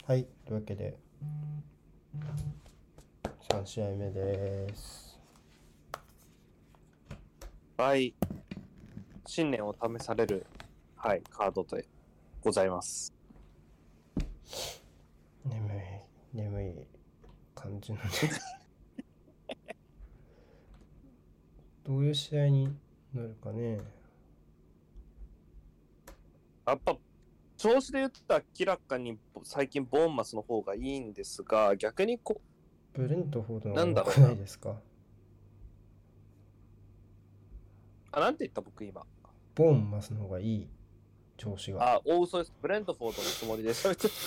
はい、というわけで3試合目です。 はい。新年を試される、はい、カードでございます。 眠い感じのねどういう試合になるかね。 やっぱ、調子で言ったら明らかに最近ボーンマスの方がいいんですが、逆にブレントフォードのなん方が良くなだろうな。 いですか。 なんて言った僕今。 ボーンマスの方がいい、調子が。 大嘘です。ブレントフォードのつもりで喋ってい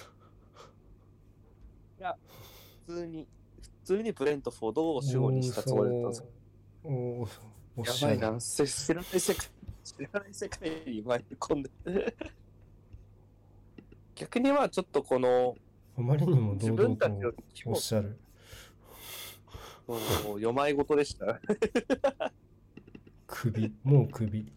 や、普通にブレントフォードを主語にしたつもりだったんですよ。 おっやしゃる。 ばいな、知らない世界に参り込んで。逆にはちょっとこの、 あまりにも堂自 々 分たちをとおっしゃる。 読まい事でした。 もう首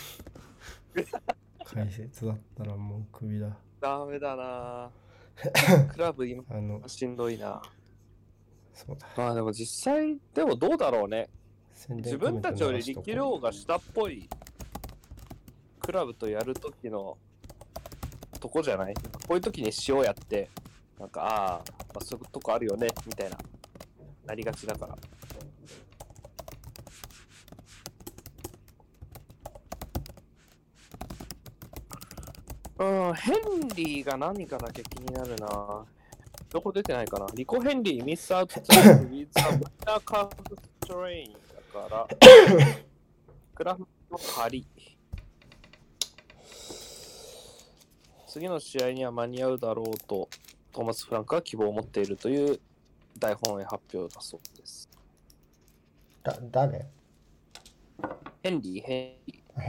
解説だったらもう首だ。 ダメだなクラブ今しんどいな。 そうだ。 まあでも実際でもどうだろうね。自宣伝コメント分たちより流しとこう。 力量が下っぽいクラブとやるときのとこじゃない？こういう時に塩やってなんかまあ、そういうとこあるよねみたいななりがちだから。ヘンリーが何かだけ気になるな。どこ出てないかな。リコ・ヘンリー、ミス・アウト・ツー・ウィズ・ア・マイナー・カーブ・ストレインだから、クラフの仮。次の試合には間に合うだろうと、トーマス・フランクは希望を持っているという大本営発表だそうです。 誰？ ヘンリーね。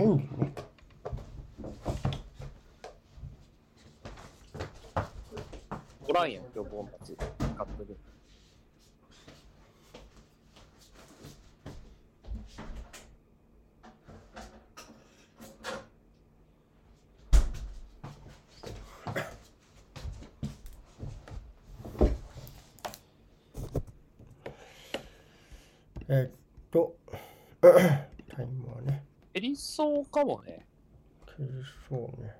おらんやん、今日ボーンパチ買ってる。 タイムはね。 減りそうかもね。 減りそうね。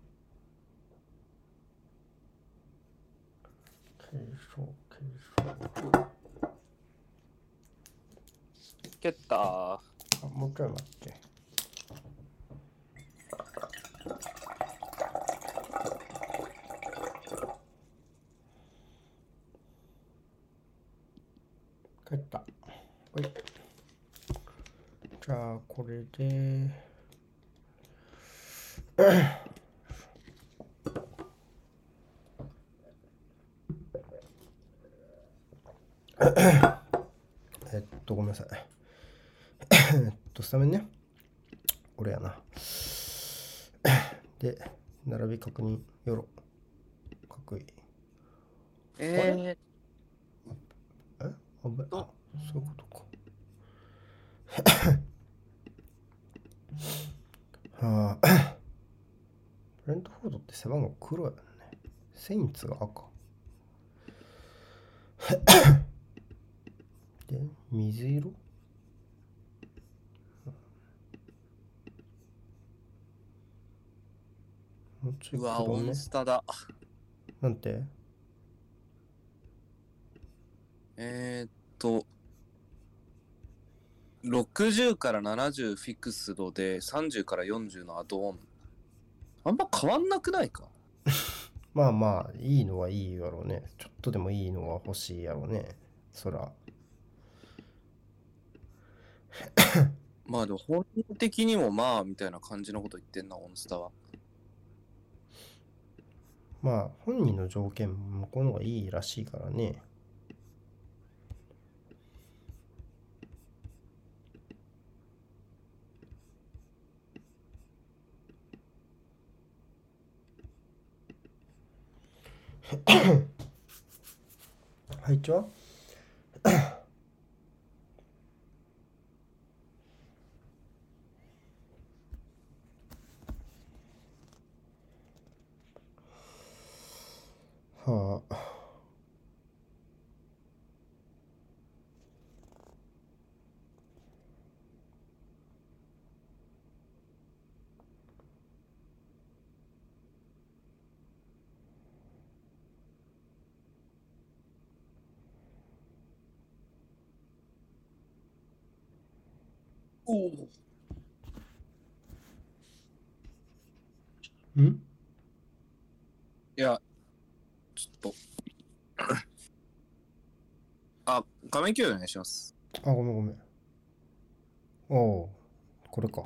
減りそう。 蹴ったー。 もう一回待って。蹴った。はい。じゃあこれでごめんなさい。スタメンね。俺やな。で、並び確認、よろ。かっこいい。あ、そういうことか。ブレントフォードって背番号黒やね。セインツが赤。で、水色？もうちょい黒ね。 オンスタだ。 なんて 60から70フィクスドで30から40のアドオン。あんま変わんなくないか？ まあまあ、いいのはいいやろうね。ちょっとでもいいのは欲しいやろうね。そら。 まあでも本人的にもまあみたいな感じのこと言ってんな、オンスタは。 まあ、本人の条件も向こうの方がいいらしいからね。配置ははあ。 おお。 んいや、ちょっと。あ、画面共有お願いします。 あ、ごめんごめん。おお、これか。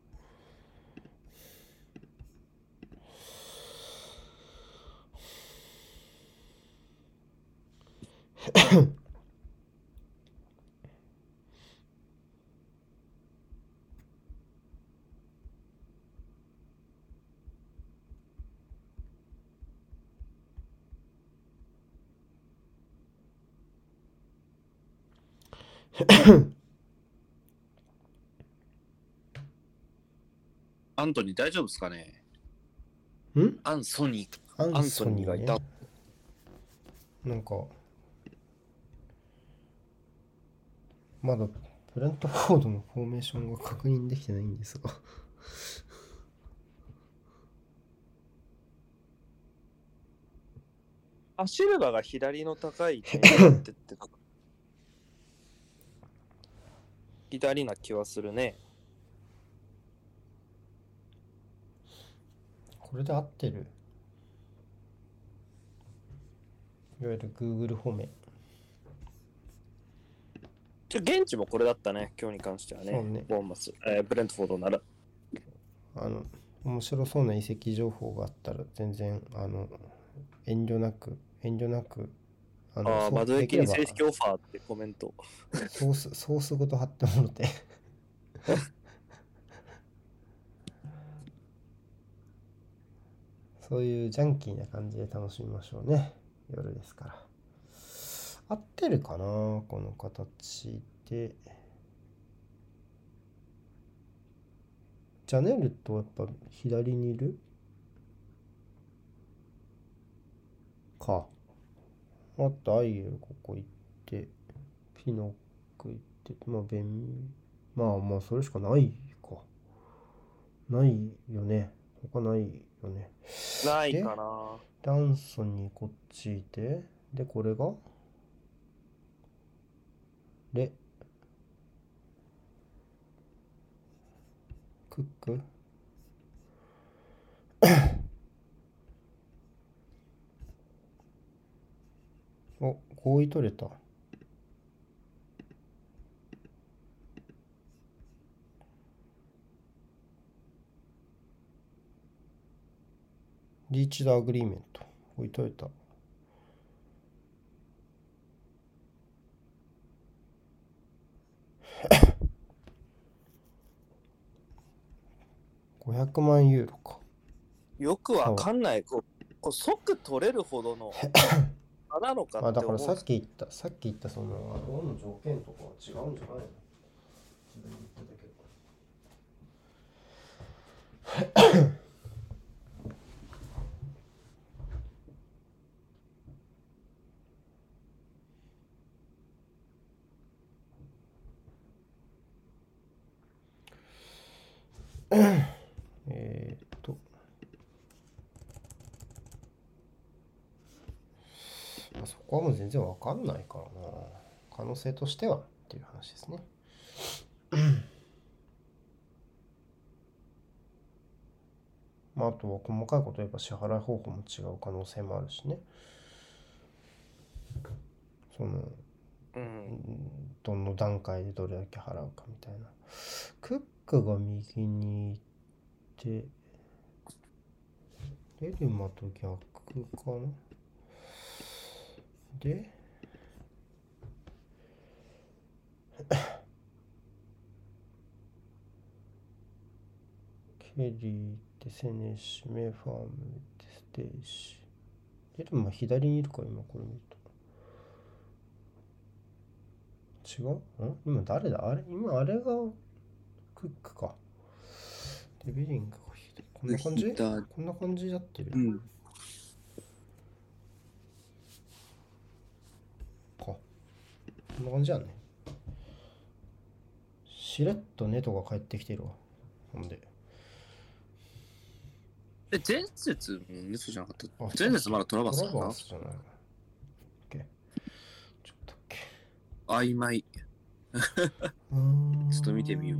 アントニー大丈夫ですかね。 んアンソニー。 アンアンソニーねソニーがいた。。 なんか、まだブレントフォードのフォーメーションが確認できてないんですが。 あ、シルバが左の高い位置に座ってってた。左な気はするね。 これで合ってる？いわゆる Google 方面。 現地もこれだったね、今日に関してはね。 そうね。 ボーンマス、ブレントフォードなら。 面白そうな移籍情報があったら全然遠慮なくマドエキできればに正式オファーってコメント。 ソースごと貼ってもろてそういうジャンキーな感じで楽しみましょうね。夜ですから。合ってるかなこの形で。ジャネルとやっぱ左にいるか。あとアイエルここ行って、ピノック行って、まあそれしかないか。ないよね。他ないよね。 ないかな。 ダンソンにこっちいて、で、これがレ、クックお、合意取れた。リーチドアグリーメント。合意取れた。500万ユーロか。 よくわかんない。即取れるほどの差なのかって思う。 だからさっき言ったそのローンの条件とかは違うんじゃないの？自分で言ってたけど。そこはもう全然わかんないからな。可能性としてはっていう話ですね。まあ、あとは細かいこと言えば支払い方法も違う可能性もあるしね。どの段階でどれだけ払うかみたいな。クックが右に行って、エルマと逆かな。で、ケリーってセネシ、メファームってステーシ。エルマ左にいるか、今これ見ると。違う？今誰だ？今あれがクックか。で、ビリングが左。こんな感じ？こんな感じになってる。 んな感じやね。しれっとネトが帰ってきてるわ。ほんで。 前節もネトじゃなかった。 あ前節まだトラバストラかな。 バースじゃないの。ちょっとっけ。 曖昧。ちょっと見てみよう。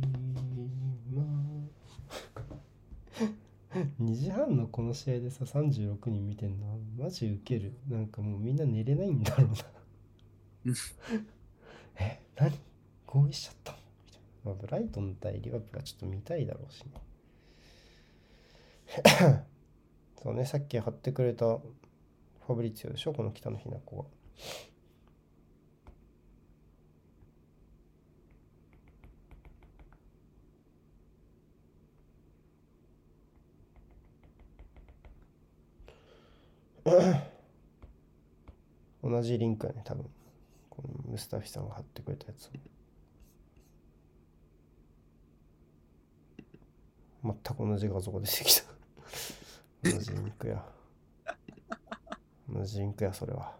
2時半のこの試合でさ36人見てんのマジウケる。なんかもうみんな寝れないんだろうな何合意しちゃったのみたいな、まあ、ブライトン対リバプールはちょっと見たいだろうしねそうね、さっき貼ってくれたファブリツィオでしょ、この北野日向子が。同じリンクやね、多分。このムスタフィさんが貼ってくれたやつ。全く同じ画像が出てきた同じリンクや。同じリンクや、それは。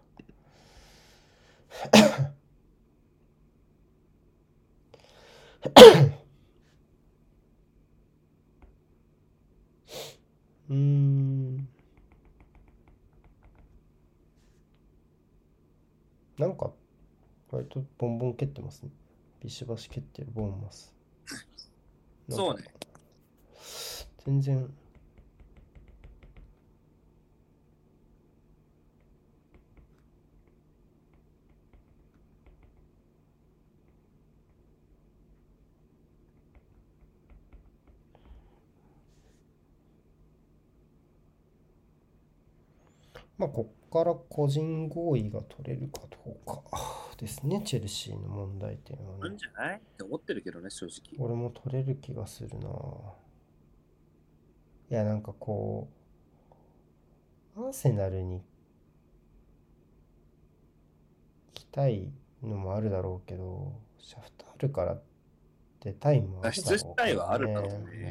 なんか、割とボンボン蹴ってますね。ビシバシ蹴ってるボンマス。 そうね。 全然。まあ、こっから個人合意が取れるかどうかですね、チェルシーの問題点はね。 なんじゃないって思ってるけどね、正直。 俺も取れる気がするな。いや、なんかこう、アーセナルに来たいのもあるだろうけど、シャフタールから出たいもあるだろうからね。 脱出したいはあるだろうね。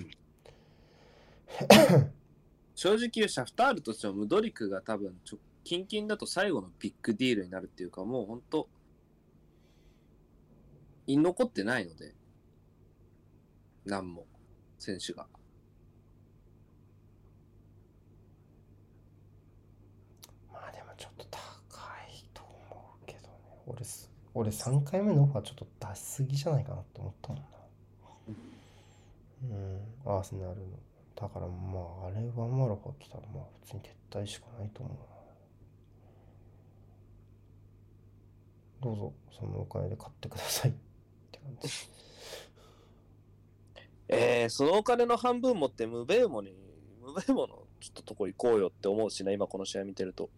正直シャフタールとしてもムドリクが多分近々だと最後のビッグディールになるっていうか、もう本当居残ってないので、何も選手が。 まあでもちょっと高いと思うけどね。俺3回目のオファーちょっと出しすぎじゃないかなって思ったもんな。アーセナルの。だからまああれワンマラファ来たらまあ普通に撤退しかないと思うな。どうぞそのお金で買ってくださいって感じ。 そのお金の半分持ってムベーモのちょっととこ行こうよって思うしな、今この試合見てると。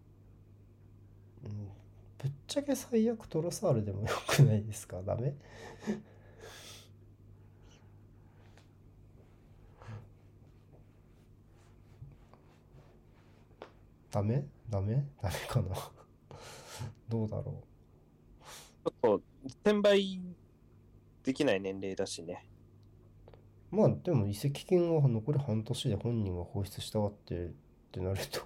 ぶっちゃけ最悪トロサールでもよくないですか？ダメ？ダメかなどうだろちょっと転売できない年齢だしね。 う。まあでも移籍金は残り半年で本人が放出したがってってなると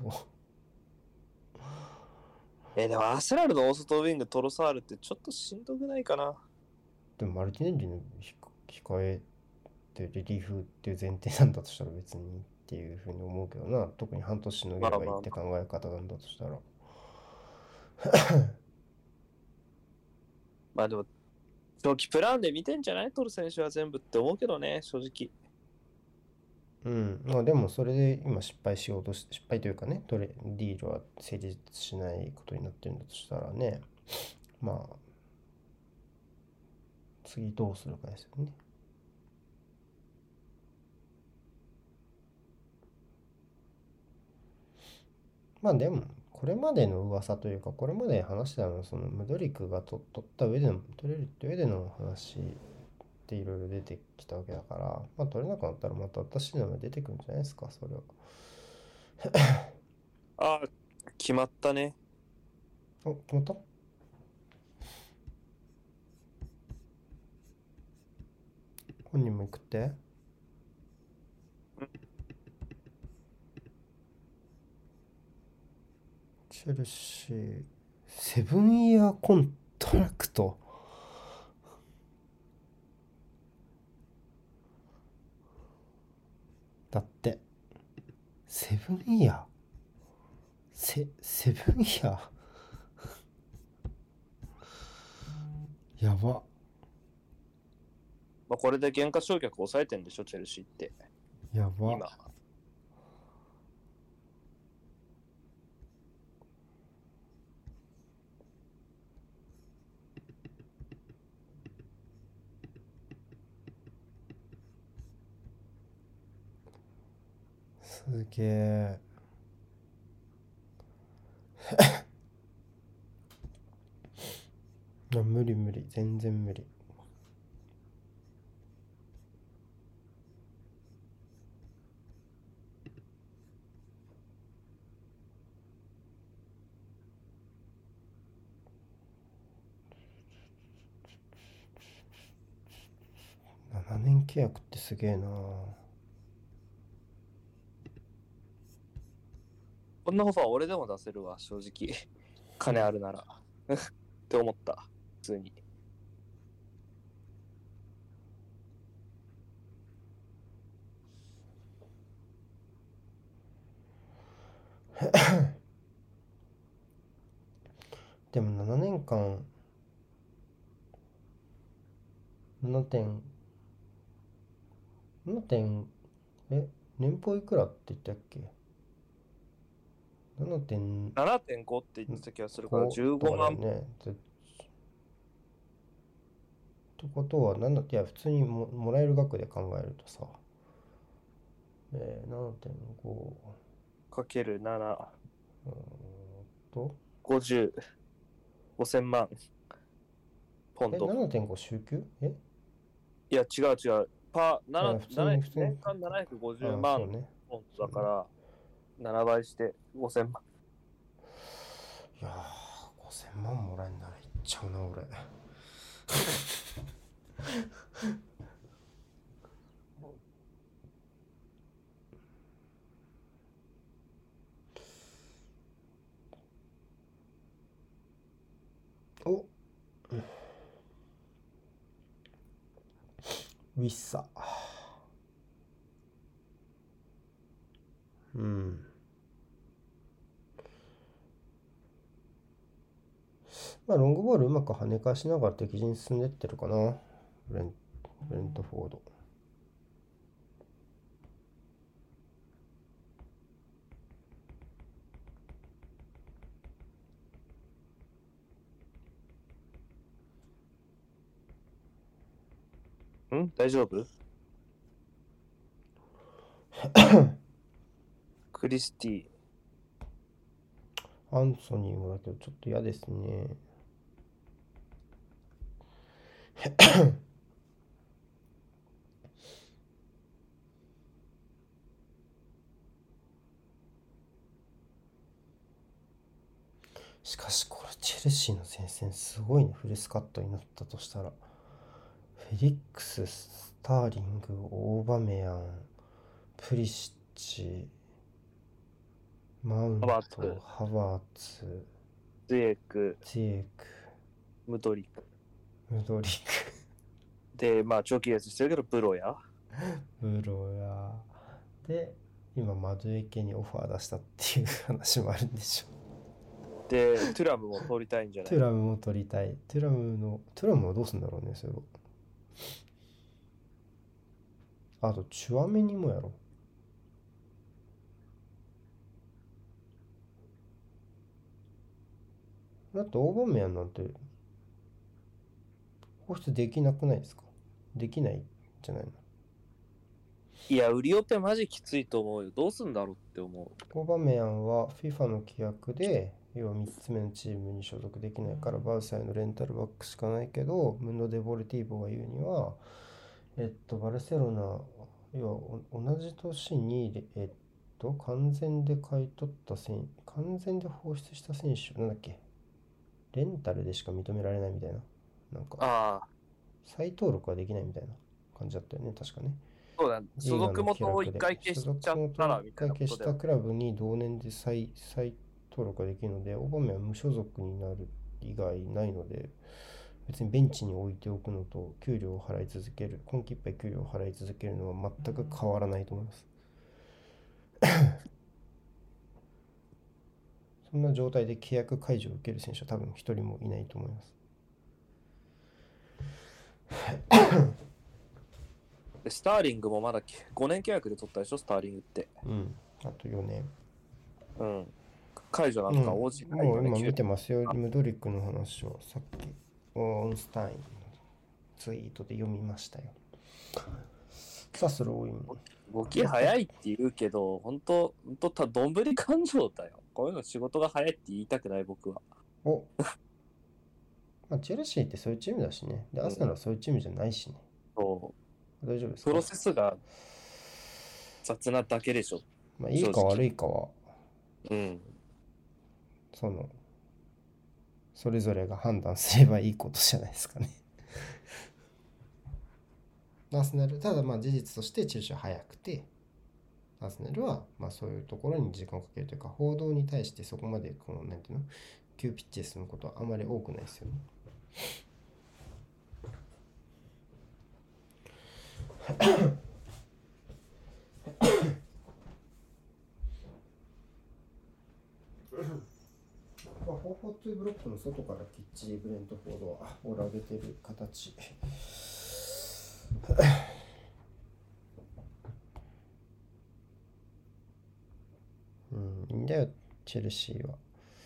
でもアーセナルの大外ウィングトロサールってちょっとしんどくないかな。 でもマルティネッリの控えてリリーフっていう前提なんだとしたら別にっていうふうに思うけどな。特に半年のげればいいって考え方なんだとしたら。 まあでも長期プランで見てんじゃない、トル選手は全部って思うけどね、正直。 まあでもそれで今失敗というかね、ディールは成立しないことになってるんだとしたらね、まあ次どうするかですよね。まあでもこれまでの噂というか、これまで話したのはそのムドリクが取った上での取れるって上での話っていろいろ出てきたわけだから、まあ取れなくなったらまた私の名前出てくるんじゃないですか、それは。 ああ、決まったね。 お、決まった？本人も行くって？チェルシー、セブンイヤーコントラクト。だってセブンイヤーセブンイヤーやば。 まあ、これで減価償却抑えてんでしょ、チェルシーって。 やば。 今。 すげえ。無理無理、全然無理。7年契約ってすげえな。 こんなオファー俺でも出せるわ、正直。金あるなら。って思った、普通に。 でも7年間7点7点年俸いくらって言ったっけ？ 7.5 7.5 って言ってた気がするから、15 とかだよ万。 ね。ってことはいや普通にもらえる額で考えるとさ、7.5 かける7。 と 50。5000万。ポンド。 7.5 週休いや、違う違う。 普通に年間750 そう万ね。 ポンドだから、7倍して5000万。 いやー5000万もらえんならいっちゃうな俺。おウィッサ。まあロングボールうまく跳ね返しながら敵陣進んでってるかな。ブレントフォード。 大丈夫？クリスティ。 アンソニーもだけどちょっと嫌ですね。しかしこれチェルシーの前線すごいね。フルスカットになったとしたらフェリックス、スターリング、オーバメヤン、プリシッチ、マウント、ハバーツ、 ズエク、 ムドリク。 で、 まあ長期列してるけど、ブロヤ。 で、今マドエケにオファー出したっていう話もあるんでしょ。 で、トゥラムも取りたいんじゃない？ トゥラムも取りたい。トゥラムはどうすんだろうね、それは。あと、チュアメニもやろ。だってオーバーメヤンなんて放出できなくないですか？できないんじゃないの？ いや、売りオペマジきついと思うよ。どうすんだろうって思う。 オーバメヤンは FIFA の規約で要は3つ目のチームに所属できないからバーサイのレンタルバックしかないけど、ムンド・デボルティーボが言うにはバルセロナ要は同じ年に完全で買い取った完全で放出した選手なんだっけ、レンタルでしか認められないみたいな、なんか再登録はできないみたいな感じだったよね、確かね。 そうだ、所属元を一回消しちゃったらみたいなことで。 一回消したクラブに同年で再登録ができるので、オバメは無所属になる以外ないので、別にベンチに置いておくのと給料を払い続ける、今季いっぱい給料を払い続けるのは全く変わらないと思います。そんな状態で契約解除を受ける選手は多分一人もいないと思います。 でスターリングもまだ5年契約で取ったでしょ、スターリングって。 あと4年。 解除なんか応じないよね。 もう今見てますよ。ムドリックの話をさっきオーンスタインのツイートで読みましたよ。さあスローイン。 動き早いって言うけど、本当どんぶり感情だよ。こういうの仕事が早いって言いたくない、僕は。 チェルシーってそういうチームだしね。で、アスナルはそういうチームじゃないしね。大丈夫ですか？ プロセスが雑なだけでしょ。 いいか悪いかは、それぞれが判断すればいいことじゃないですかね。アスナル、ただ事実としてチェルシーは早くて、アスナルはそういうところに時間をかけるというか、報道に対してそこまでなんていうの、急ピッチですることはあまり多くないですよね。4-4-2ブロックの外からきっちりブレントフォードはオール上げてる形。いいんだよ、チェルシーは。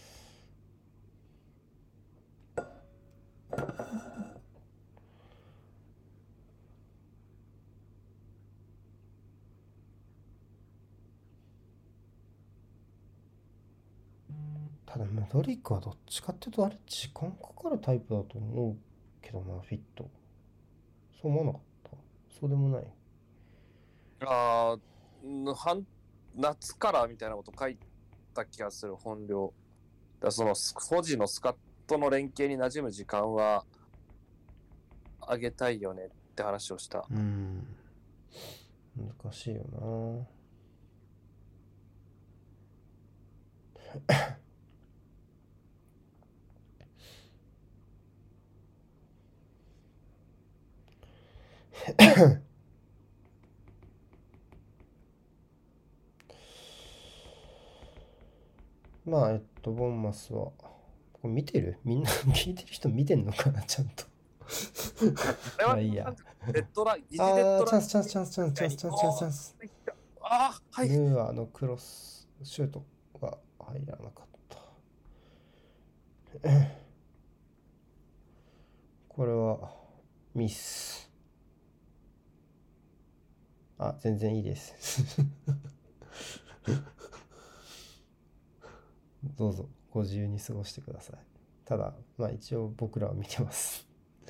ただムドリックはどっちかっていうとあれ時間かかるタイプだと思うけどな、フィット。そう思わなかった？そうでもない。 夏からみたいなこと書いた気がする、本領。だその保持のスカットの連携に馴染む時間はあげたいよねって話をした。 難しいよな。ボンマスはこれ見てる？みんな聞いてる人見てんのかな、ちゃんと。いいや。 デッドライン、 チャンス。 はい。 ヌーアのクロスシュートが入らなかった。これはミス。全然いいです。どうぞご自由に過ごしてください。ただ一応僕らは見てます。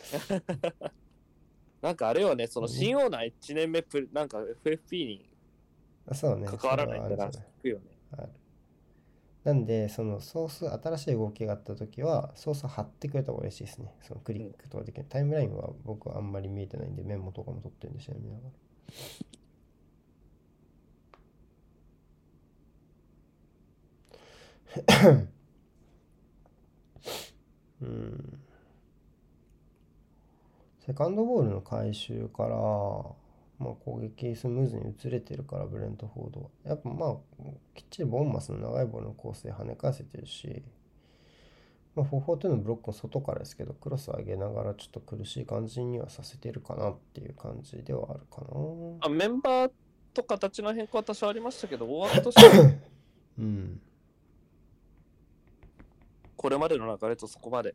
なんかあれよね、その新オーナー1年目なんか FFP に関わらないって話聞くよね。 なんでそのソース、新しい動きがあった時はソース貼ってくれた方が嬉しいですね。そのクリックとかできる、タイムラインは僕はあんまり見えてないんでメモとかも取ってるんでしょ、見ながら。セカンドボールの回収から攻撃スムーズに移れてるから、ブレントフォードはやっぱきっちりボンマスの長いボールのコースで跳ね返せてるし、4-4-2のブロックの外からですけどクロスを上げながらちょっと苦しい感じにはさせてるかなっていう感じではあるかな。 メンバーと形の変更は多少ありましたけど、大枠としてこれまでの流れとそこまで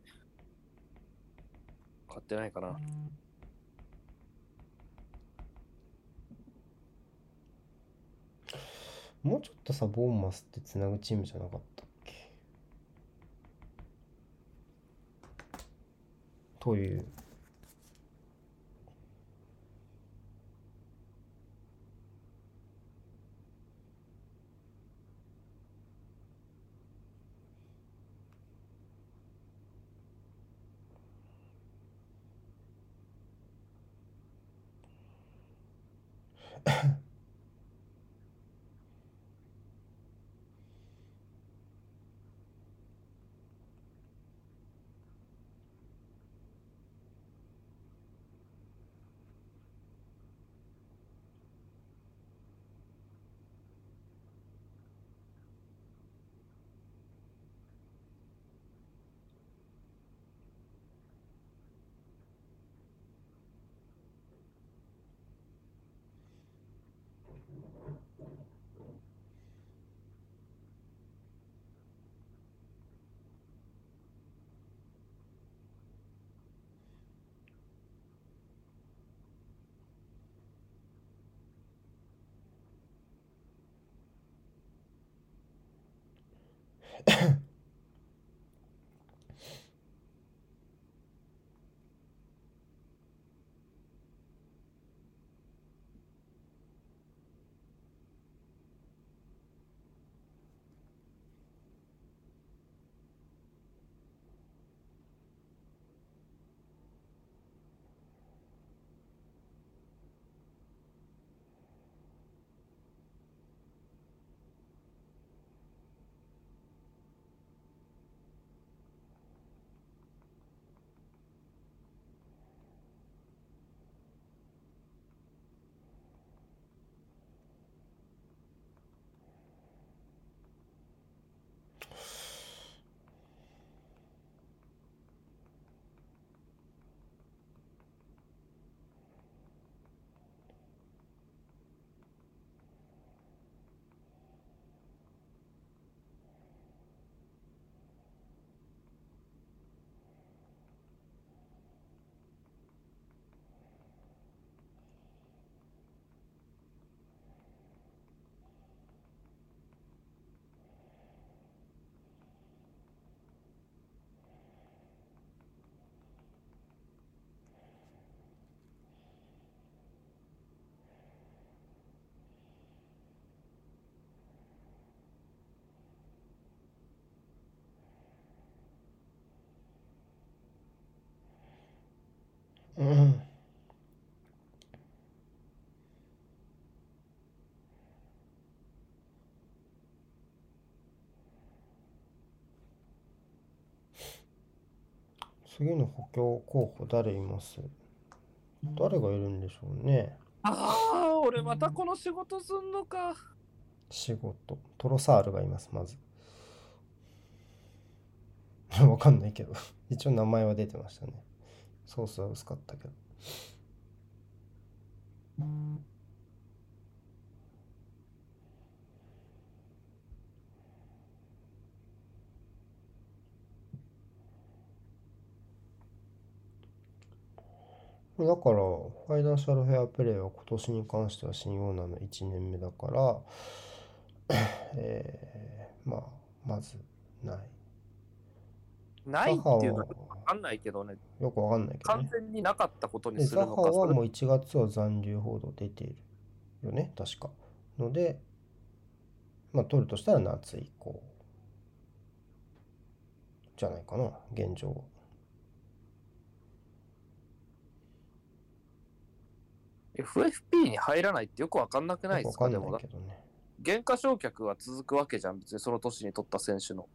変わってないかな。 もうちょっとさ、ボーンマスってつなぐチームじゃなかったっけといううん。次の補強候補誰います？誰がいるんでしょうね。 ああ、俺またこの仕事すんのか。 仕事。トロサールがいます、まず。わかんないけど一応名前は出てましたね。ソースは薄かったけど。だから、ファイナンシャルフェアプレーは今年に関しては新オーナーの1年目だから、まあ、まずない。 ないっザハはていうか、わかんないけどね。 よくわかんないけど完ね。 全になかったことにで、 するのか、それ。 ザハはもう1月は残留報道出ているよね、確か。ので、まあ、取るとしたら夏以降じゃないかな、現状は。 FFP に入らないってよくわかんなくないですか？ よくわかんなでもいけどね。 減価償却は続くわけじゃん、別にその年に取った選手の。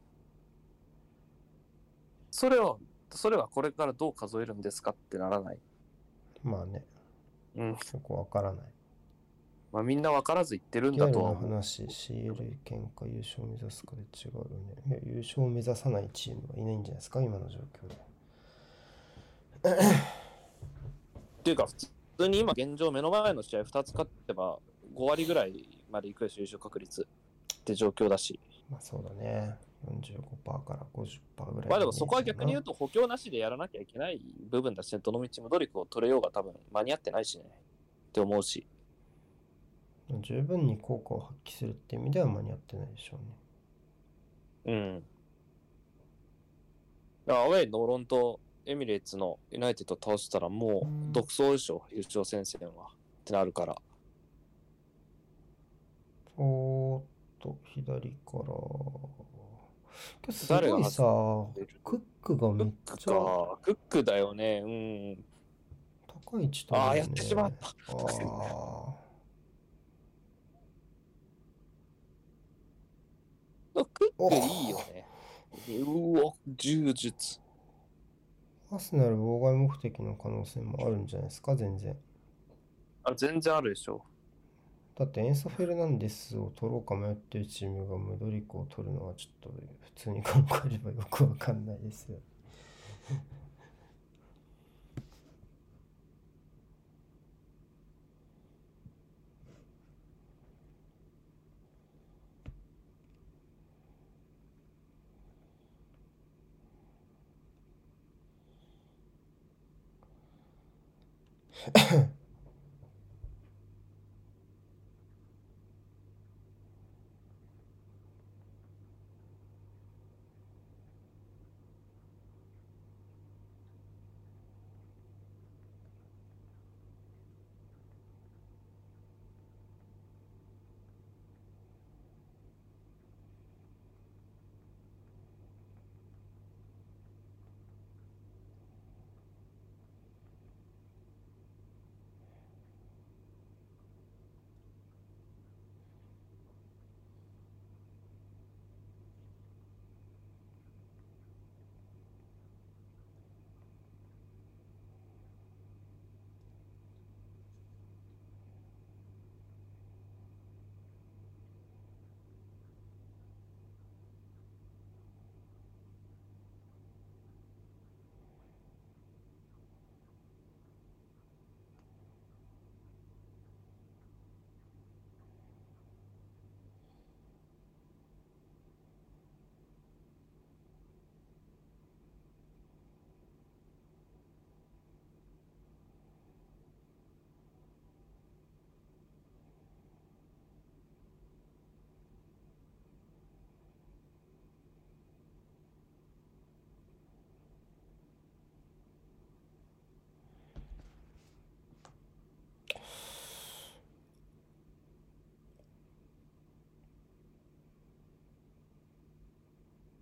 それを、それはこれからどう数えるんですかってならない。 まあね、 うん。 よくわからない。 まあみんな分からず言ってるんリアルなだとは思う。 話、CL 圏か優勝を目指すかで違うよね。いや、優勝を目指さないチームはいないんじゃないですか、今の状況で。 っていうか、普通に今現状目の前の試合2つ勝ってば5割ぐらいまでいくでしょ、優勝確率って状況だし。 まあそうだね。45%から50%ぐらいまあでのイメーもそこはジだな。 逆に言うと補強なしでやらなきゃいけない部分だしね、どの道ムドリクを取れようが多分間に合ってないしねって思うし。 十分に効果を発揮するっていう意味では間に合ってないでしょうん。だからアウェイノーロンとエミレーツのユナイテッド倒したらもう独走でしょ、優勝戦線は。ってなるから。 うね。おーっと、左から。すごいさ、 誰が外れる？ クックがめっクックちゃか。クックだよね。うん。 高い位置取ああ、 るよやってしまっね。 た。 ああ。 クッお、 クいいよね。うお、柔術。 アスナル妨害目的の可能性もあるんじゃないですか、全然。 あ、全然あるでしょ。 だってエンソ・フェルナンデスを取ろうか迷ってるチームがムドリコを取るのはちょっと普通に考えればよくわかんないですよ。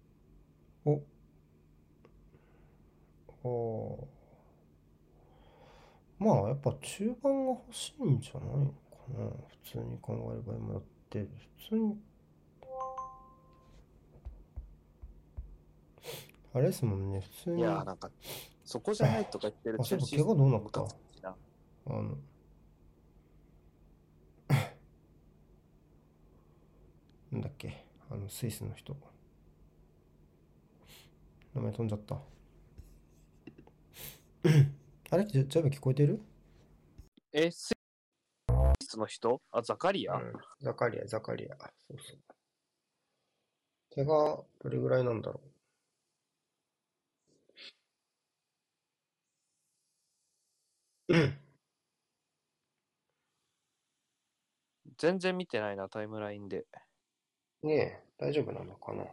おおまあやっぱ中盤が欲しいんじゃないのかな。普通に考えれば今だって普通にあれですもんね。普通いやー、 に。 なんか、そこじゃないとか言ってるあ、 チェルシー、 そういえば怪我どうなっムカつた？ くしな。 あの、なんだっけ、スイスの人。名前飛んじゃった。あれジャブ聞こえてる？ スイスの人あ、ザカリア。 うん。ザカリア。そうそう。怪我、どれぐらいなんだろう。 全然見てないな、タイムラインで。 ねえ、大丈夫なのかな。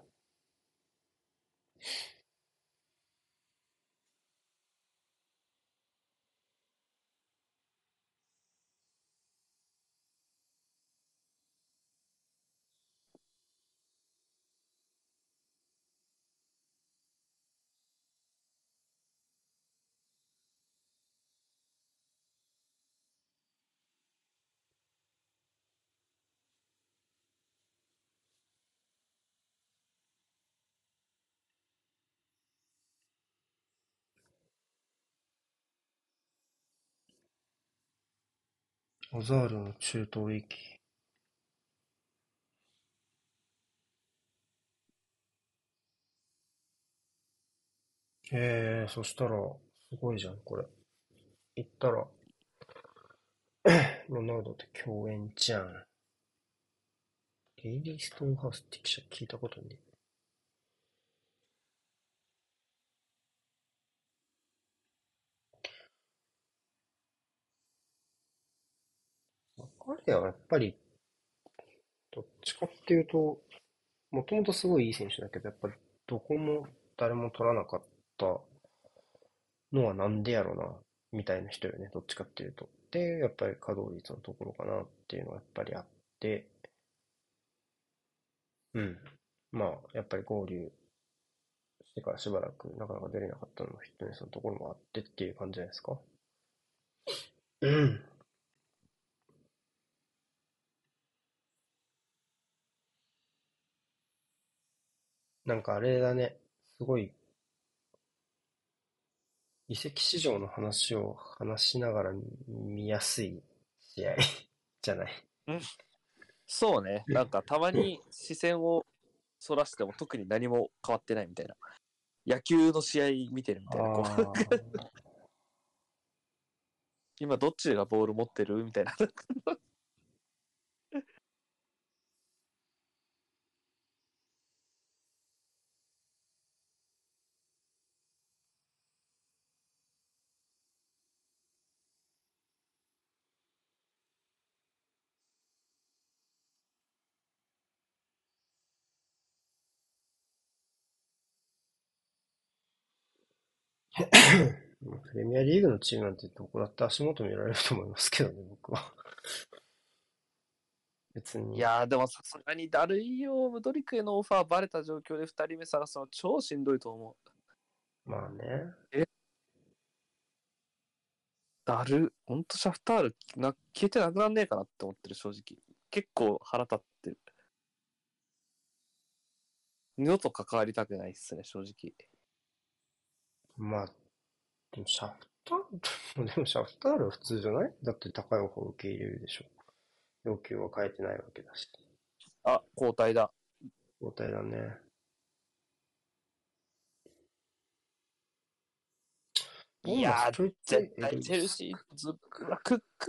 オザールの中東域。そしたら、すごいじゃん、これ。行ったら、ロナウドと共演じゃん。ゲイリー・ストーンハウスって記者聞いたことね。彼はやっぱり、どっちかっていうと、もともとすごいいい選手だけど、やっぱどこも誰も取らなかったのはなんでやろな、みたいな人よね、どっちかっていうと。で、やっぱり稼働率のところかなっていうのはやっぱりあって、うん。まあ、やっぱり合流してからしばらくなかなか出れなかったのもフィットネスのところもあってっていう感じじゃないですか。うん。なんかあれだね、すごい移籍市場の話を話しながら見やすい試合じゃない。 うん。そうね。なんかたまに視線をそらしても特に何も変わってないみたいな。野球の試合見てるみたいな。こう、 ああ、 今どっちがボール持ってるみたいな。 プレミアリーグのチームなんてどこだって足元見られると思いますけどね、僕は。別に。 いやー、でもさすがにだるいよ。ムドリクへのオファーバレた状況で2人目探すの超しんどいと思う。 まあね。 え、だる。ほんとシャフタール消えてなくなんねえかなって思ってる、正直。結構腹立ってる。二度と関わりたくないっすね、正直。 まあ、でもシャフタール、でもシャフタールは普通じゃない？だって高いオファーを受け入れるでしょ。要求は変えてないわけだし。 あ、交代だ。 交代だね。ボーンマスいやー、 ちょいちょ絶いエ対チェルルスシー、ズクック。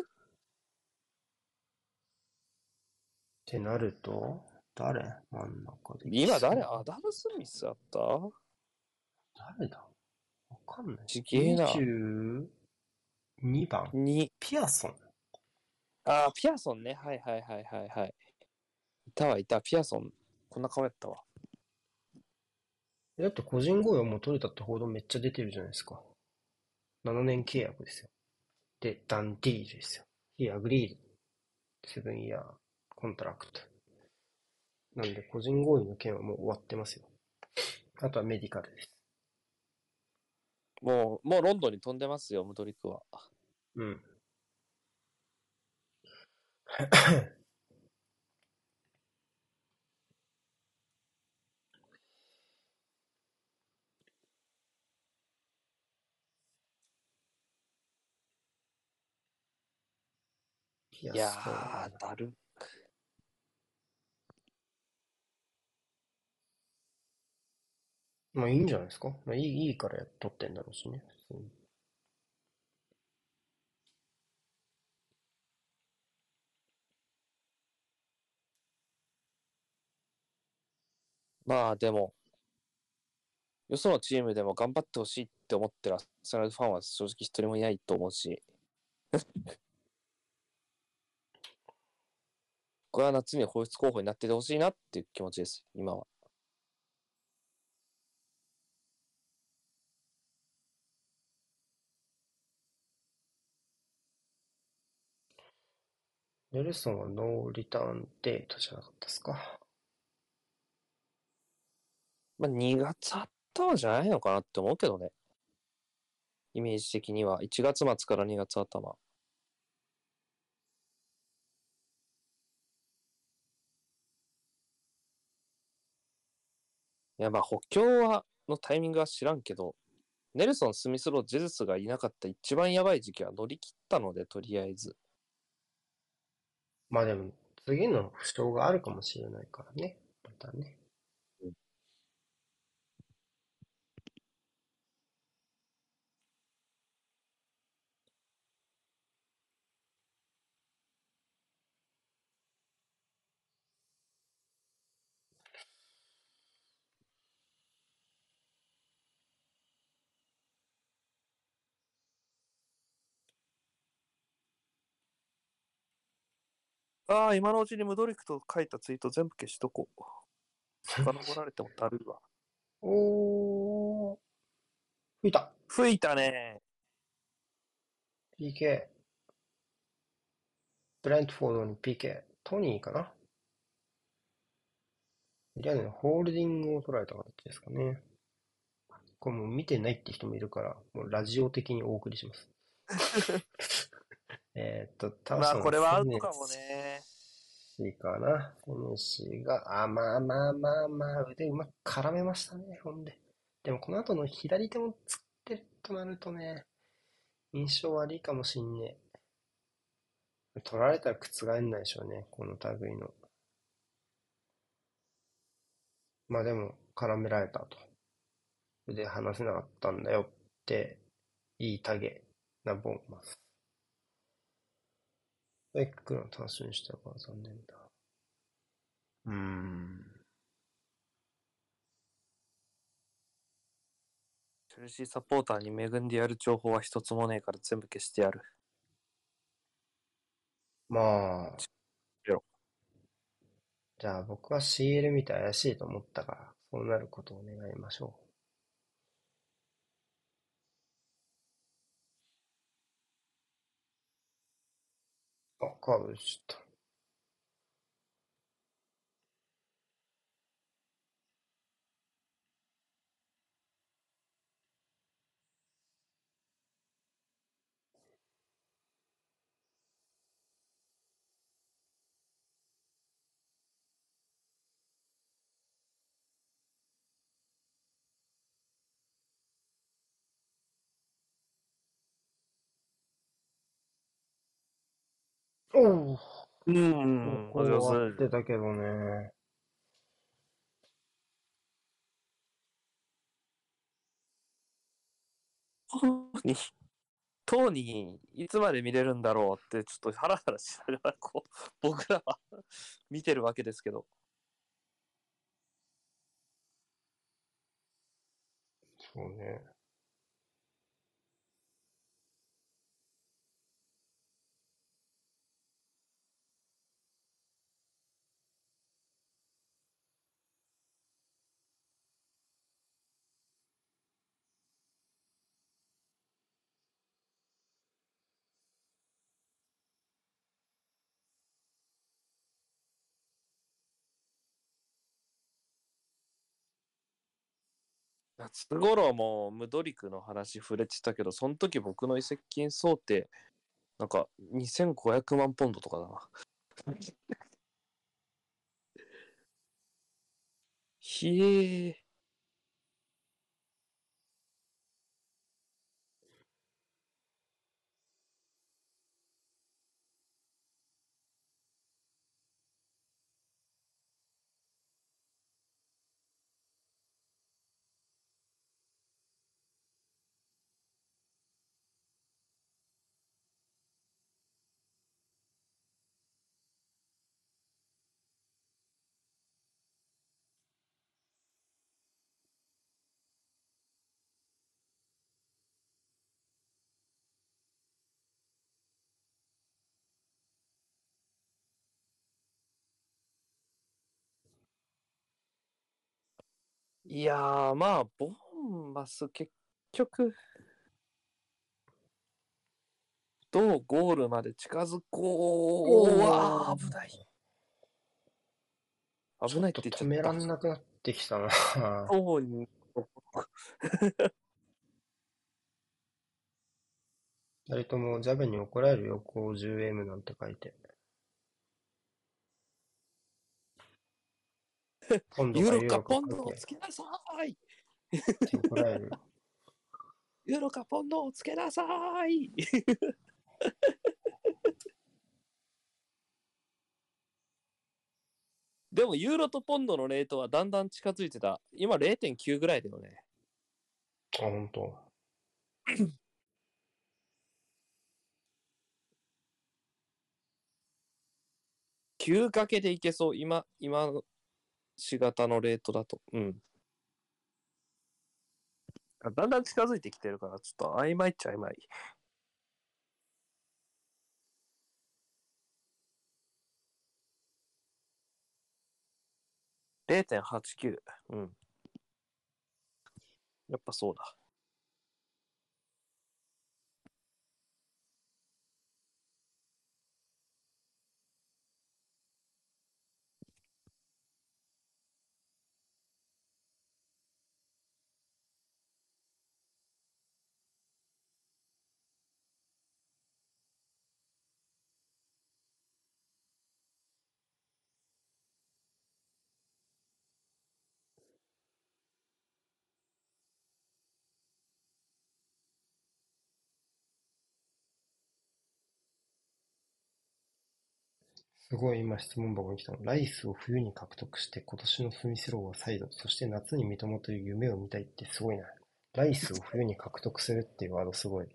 ってなると、誰真ん中でき今誰？ そう。 アダム・スミスあった？ 誰だ？わかんない。 ちげえな。 22番に、 ピアソン。 ピアソンね。はいはいはいはいはい。いたわ、いた。ピアソン。こんな顔やったわ。 だって個人合意はもう取れたって報道めっちゃ出てるじゃないですか。7年契約ですよ。で、ダンディールですよ。He agreed 7 year contract。なんで個人合意の件はもう終わってますよ。あとはメディカルです。 もうロンドンに飛んでますよ、ムドリクは。 うん。いや、 いやそうー、だる。 まあいいんじゃないですか。まあいいから撮ってんだろうしね。普通に。 まあでも、よそのチームでも頑張ってほしいって思ってるアスナルファンは正直一人もいないと思うし、これは夏に放出候補になっててほしいなっていう気持ちです、今は。 ネルソンはノーリターンデートじゃなかったですか。 まあ2月頭じゃないのかなって思うけどね。イメージ的には1月末から2月頭。いやまあ補強はのタイミングは知らんけど、ネルソン、スミスロー、ジェズスがいなかった一番やばい時期は乗り切ったので、とりあえず。 まあでも、次の負傷があるかもしれないからね。またね。 ああ、今のうちにムドリクと書いたツイート全部消しとこう。遡られてもだるいわ。 おー、吹いた。 吹いたね。 PK。ブレントフォードに PK。トニーかな。リアルのホールディングを捉えた形ですかね。これもう見てないって人もいるから、もうラジオ的にお送りします。倒まあ、 したのはこれはセネアウトかもね。 シかな。セネシが、まあまあまあまあ、腕うまく絡めましたね、ほんで。でもこの後の左手もつってるとなるとね、印象悪いかもしんねえ。取られたら覆んないでしょうね、この類の。まあでも、絡められたと。腕離せなかったんだよって、いいタゲなボンマス。エッグの単純にしたから残念だ。うーん。 チェルシーサポーターに恵んでやる情報は一つもねえから全部消してやる。 まあ、 よじゃあ僕は CL 見て怪しいと思ったから、そうなることを願いましょう。あ、カードでした。おお、 うーこん、おこ合って上手。 たけどね。 トーニー、いつまで見れるんだろうって、ちょっとハラハラしながら、こう、僕らは見てるわけですけど。 そうね。 夏頃もムドリクの話触れてたけど、その時僕の移籍金想定なんか2500万ポンドとかだな。ひえー。いやー、まあ、ボンバス結局、どうゴールまで近づこう。うわー、危ない。危ないってちょっと止言っちゃった。 めらんなくなってきたな。 そうに、 二人ともジャブに怒られるよ、50M なんて書いて。ポンドユーロかかユーロかポンドを書けっつけなさい。 て怒られるよ。 ユーロかポンドをつけなさい。でも、ユーロとポンドのレートはだんだん近づいてた。今0.9ぐらいだよね。 あ、ほんと。 9掛けでいけそう。今の4型のレートだと。うん。だんだん近づいてきてるから、ちょっと曖昧っちゃ曖昧。0.89。うん。やっぱそうだ。 すごい今質問箱に来たの。ライスを冬に獲得して今年のスミスローは再度、そして夏に三笘という夢を見たいってすごいな。ライスを冬に獲得するっていうワードすごい。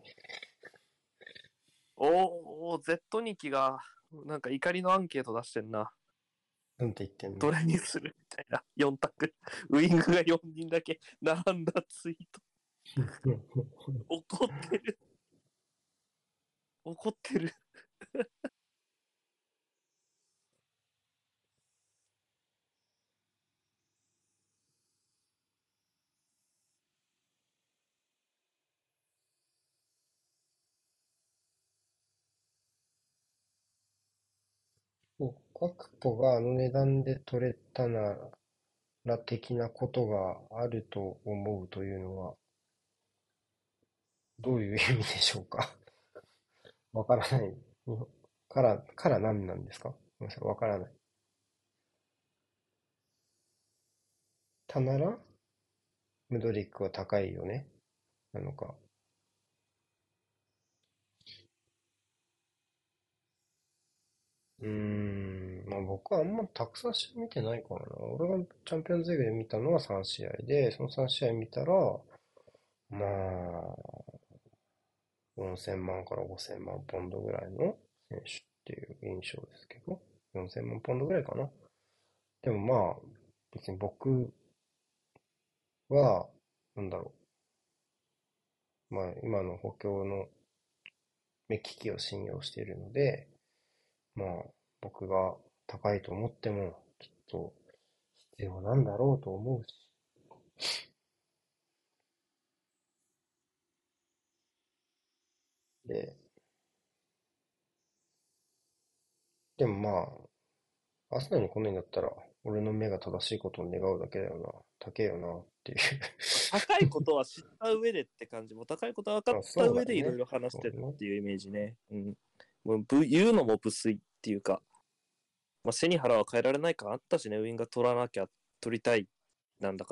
おー、Z2 期が、なんか怒りのアンケート出してんな。 なんて言ってんの？ どれにするみたいな。4択。ウイングが4人だけ並んだツイート。怒ってる。怒ってる。 ガクポがあの値段で取れたなら的なことがあると思うというのはどういう意味でしょうか？わからない。から何なんですか？ごめんなさい、わからない。たなら、ムドリックは高いよねなのか。まあ僕はあんまたくさん試合見てないからな。俺がチャンピオンズリーグで見たのは3試合で、その3試合見たら、まあ、4000万から5000万ポンドぐらいの選手っていう印象ですけど、4000万ポンドぐらいかな。でもまあ、別に僕は、なんだろまあ今の補強の目利きを信用しているので、まあ僕が高いと思っても、きっと必要なんだろうと思うし、で、でもまあ、アスナルに来ないんだったら、 俺の目が正しいことを願うだけだよな。高えよなっていう。 高いことは知った上でって感じ。もう高いことは分かあ、 った上そうだよね。 でいろいろ話してるそうね。 っていうイメージね。うん。もう言うのも無粋っていうか、まあ、背に腹は変えられない感あったしね、ウィンが取らなきゃ取りたいなんだから。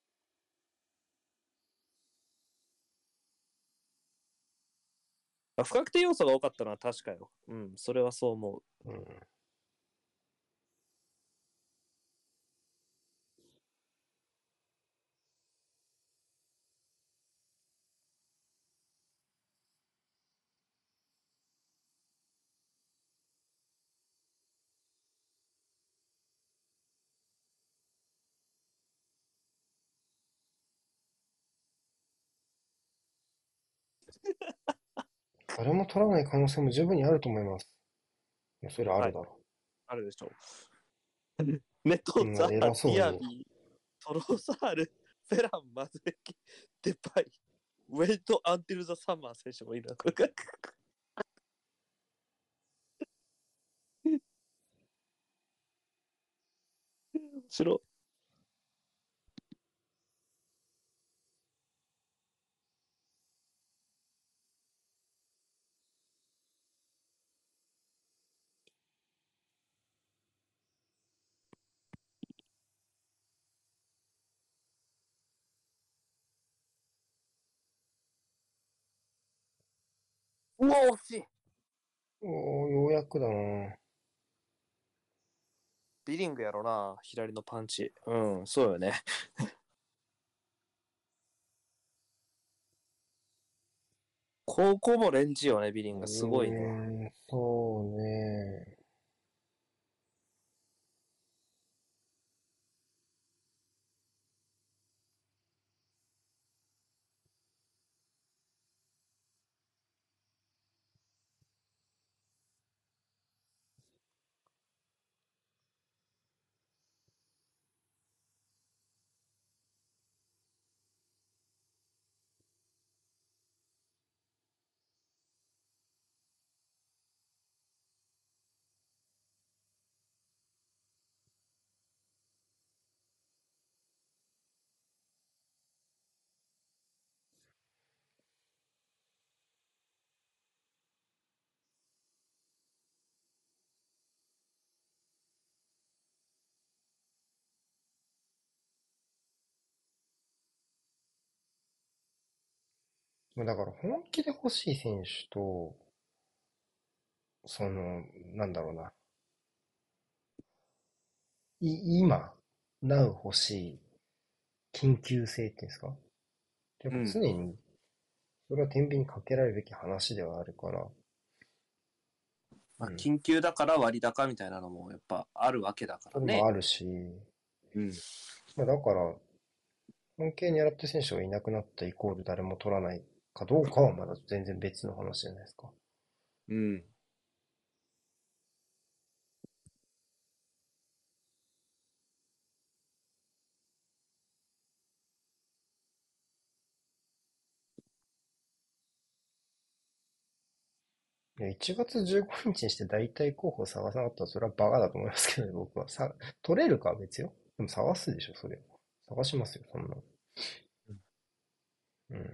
不確定要素が多かったのは確かよ。うん、それはそう思う。 うん。誰も取らない可能性も十分にあると思います。いや、それあはい、 るだろあるでしょう。ネう。 ト、 そんなザハ、 偉そうに。 ディアビー、トロサール、フェラン、マズレキ、デパイ、ウェイト・アンティル・ザ・サマー選手もいるな。面白い。うわ、惜しい。 おー、ようやくだな。 ビリングやろな、左のパンチ。うん、そうよね。ここもレンジよね、ビリング。すごいね。 そうね。だから本気で欲しい選手と、その、なんだろうな。今、なう欲しい緊急性っていうんですか？やっぱうん。 常に、それは天秤にかけられるべき話ではあるから、 まあ、 うん。 緊急だから割高みたいなのもやっぱあるわけだかそれもらね。 あるし、 うん。 まあだから、本気に狙ってる選手がいなくなったイコール誰も取らないかどうかはまだ全然別の話じゃないですか。 うん。 いや、1月15日にちにして大体候補を探さなかったらそれはバカだと思いますけどね、僕は。取れるかは別よ。でも探すでしょ、それ。探しますよ、そんなの。うん。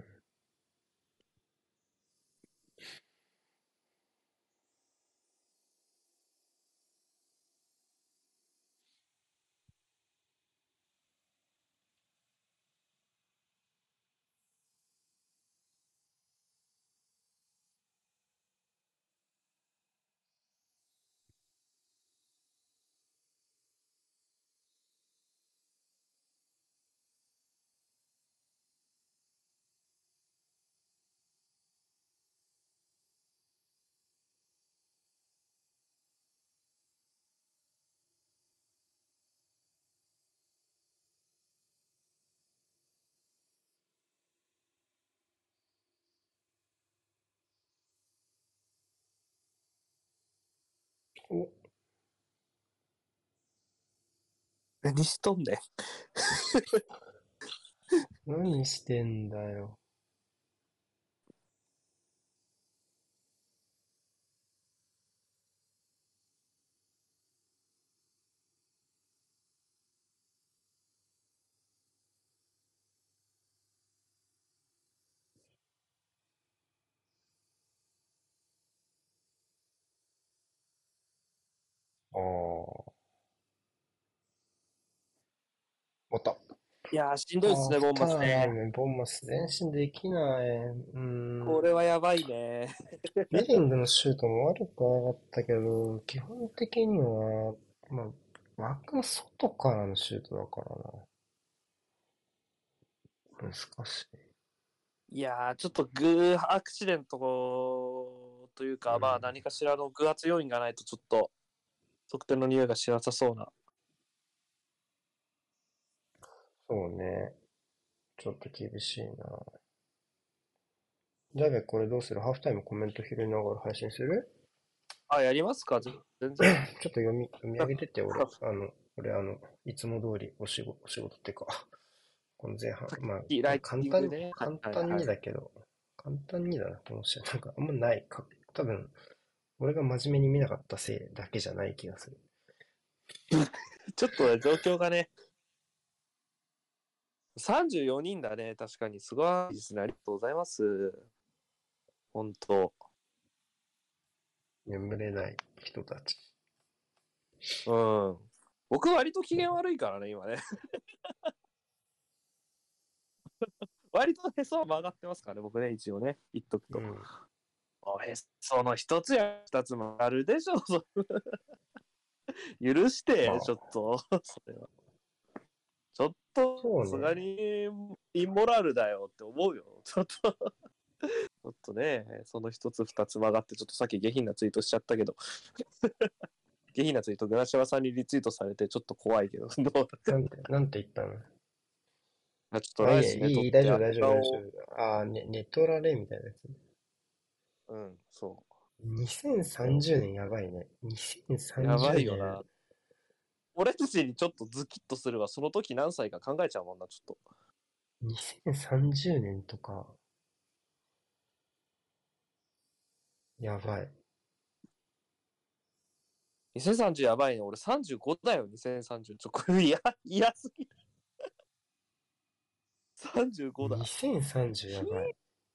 お、 何しとんねん。 何してんだよ。 いやー、しんどいっすああ、 ね、ボンマスね。 ボンマス前進できない。 これはやばいね。 ビリングのシュートも悪くはなかったけど、基本的には、まあ、枠の外からのシュートだからな。難しい。 いやー、ちょっとグーアクシデントというか、まあうん。 何かしらの偶発要因がないとちょっと得点の匂いがしなさそうな。 そうね。ちょっと厳しいな。じゃあこれどうする？ハーフタイムコメント拾いながら配信する？ あ、やりますか全然。 ちょっと読み上げてって、俺。俺いつも通りお仕事っていうか、この前半、まあ、 ライティングね。はい簡はい単はい。 にだけど、簡単にだなと思うし、なんかあんまないか、多分、俺が真面目に見なかったせいだけじゃない気がする。 ちょっと状況がね、34人だね。確かに。すごいですね。ありがとうございます。本当。 眠れない人たち。 うん。僕割と機嫌悪いからね、今ね。割とへそは曲がってますからね、僕ね、一応ね。言っとくと。 うん。 へその一つや二つもあるでしょ。許して、ちょっまあ、 と。それは。ちょっと、さすがそうね。 に、インモラルだよって思うよ。ちょっとね、その一つ二つ曲がって、ちょっとさっき下品なツイートしちゃったけど、下品なツイート、グラシアワさんにリツイートされて、ちょっと怖いけど、どうだなんて言ったの？ ちょっとあ、いいえ、 ライスね、取っ大て、あ丈夫大丈夫大丈を、 夫。あネトラレみたいなやつ。 うん、そ 2030年やばいね。 う。やば 2030年。 いよな。俺たちにちょっとズキッとするわ。その時何歳か考えちゃうもんな、ちょっと。 2030年とか、やばい。 2030やばいね。俺35だよ、2030。これ嫌すぎる。35だ。 2030やばい。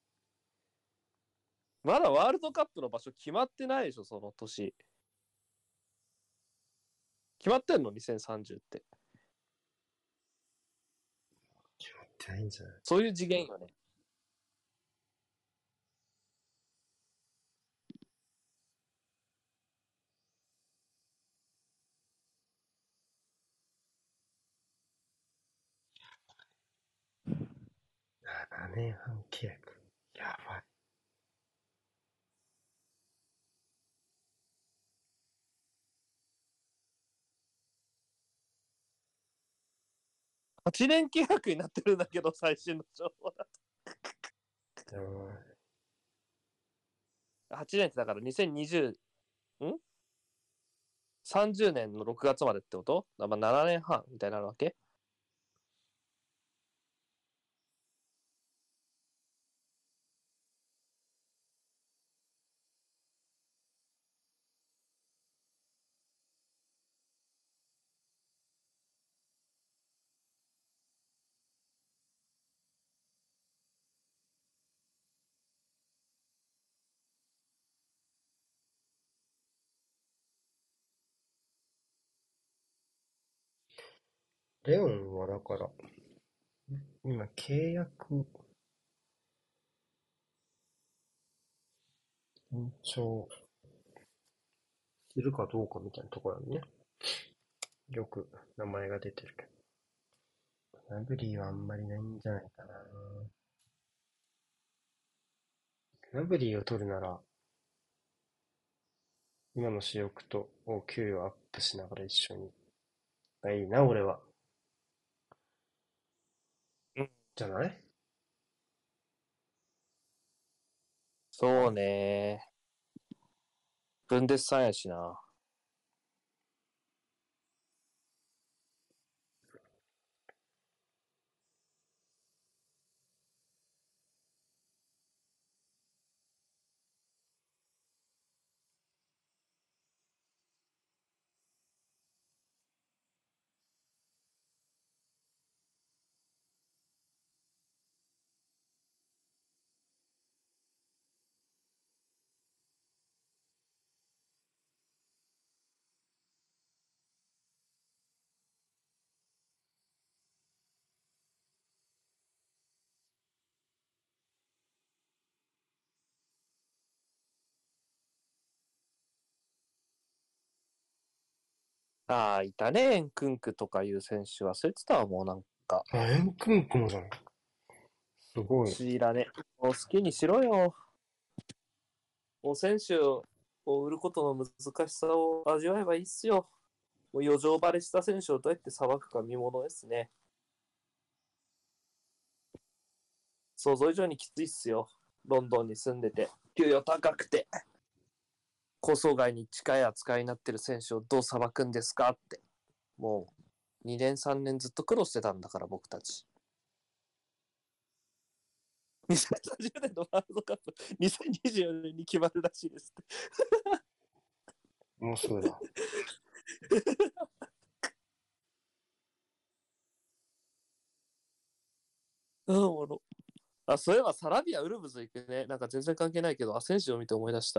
まだワールドカップの場所決まってないでしょ、その年。決まってんの ?2030 って。 決まってないんじゃない？ そういう次元よね。 7年半契約。やばい。 8年契約になってるんだけど、最新の情報だやばと。8年ってだから2020、30年の6月までってこと？まあ7年半みたいになるわけ？ い。レオンはだから、今契約延長するかどうかみたいなところにね、よく名前が出てるけど。ナブリーはあんまりないんじゃないかな。ナブリーを取るなら、今の主力と給与アップしながら一緒に。がいいな、俺は。 うん。 じゃない？ そうね。ブンデスさんやしな。 ああ、いたね、エンクンクとかいう選手忘れてたわ、もうなんか。 エンクンクもじゃん。すごい。 知らね。もう好きにしろよ。もう選手を売ることの難しさを味わえばいいっすよ。もう余剰バレした選手をどうやって裁くか見ものですね。想像以上にきついっすよ。ロンドンに住んでて、給与高くて、構想外に近い扱いになってる選手をどう裁くんですかって。もう2年3年ずっと苦労してたんだから僕たち。2030年のワールドカップ、2024年に決まるらしいですって。 もうすぐだ。 そういえばサラビア・ウルブズ行くね。なんか全然関係ないけど、アセンシオを見て思い出した。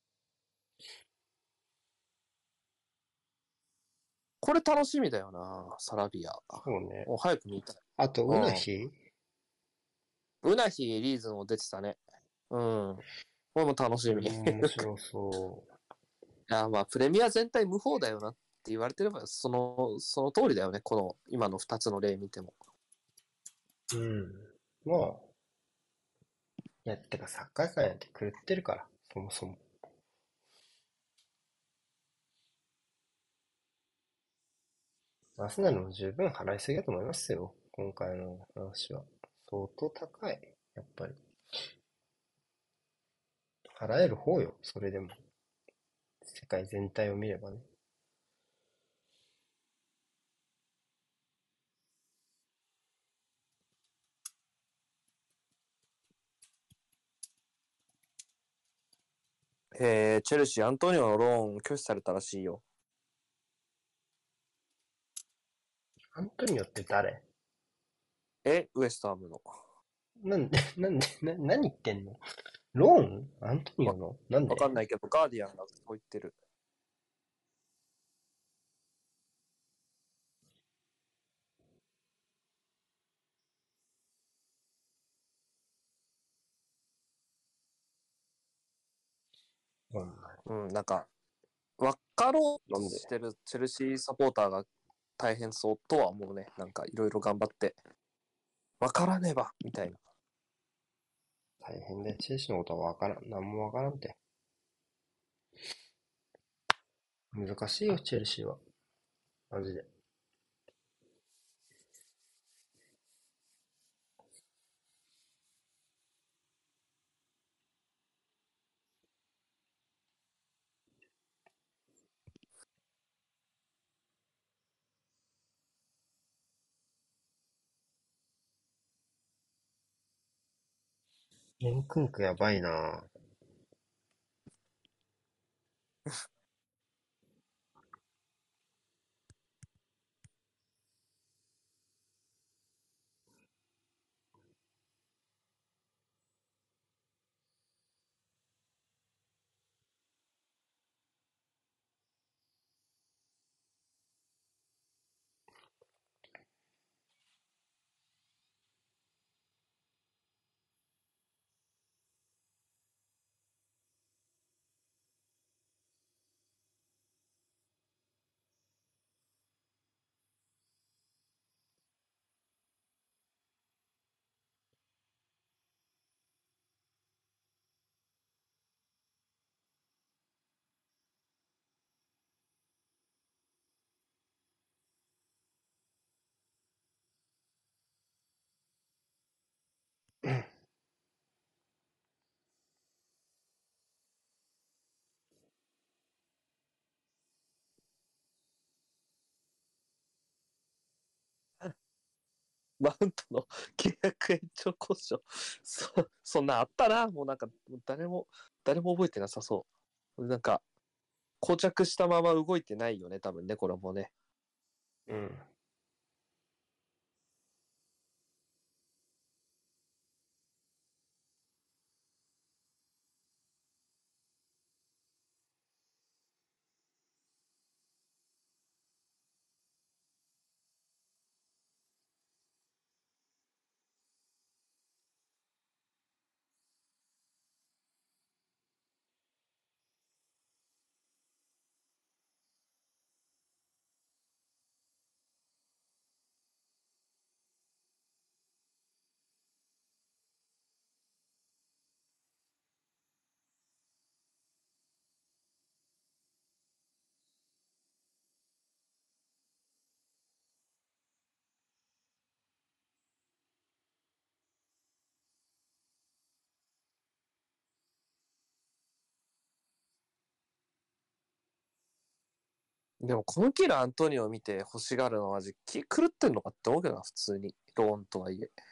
これ楽しみだよな、サラビア。 そうね。 もう早く見たい。 あと、ウナヒウナヒ、リーズンも出てたね。うん。これも楽しみ。い面白そや、まあ、プレミア全体無法だよなって言われてれば、その通りだよね。この、今の2つの例見ても。 う。うん。まあ、いや、てかサッカー界なんて狂ってるから、そもそも。アスナルも十分払いすぎだと思いますよ。今回の話は。相当高い。やっぱり。払える方よ。それでも。世界全体を見ればね。 チェルシー、アントニオのローン拒否されたらしいよ。 アントニオって誰？ ウエストハムの。 なんで、何言ってんの？ローンアントニわ、 オのなんわかで？ んないけど、ガーディアンがそう言ってる。 うん。 うん、なんか、分かろうとなんで？ してるチェルシーサポーターが大変そうとは思うね。なんかいろいろ頑張って、分からねばみたいな。 大変で、チェルシーのことはわからん。なんもわからんて。難しいよ、チェルシーは。マジで。エンクンクやばいな。 マウントの契約延長交渉。そんなあったな。もうなんか誰も覚えてなさそう。なんか、膠着したまま動いてないよね、多分ね、これもね。 うん。 でも、今季のアントニオを見て欲しがるのはマジ気狂ってんのかって思うけどな、普通に。ローンとはいえ。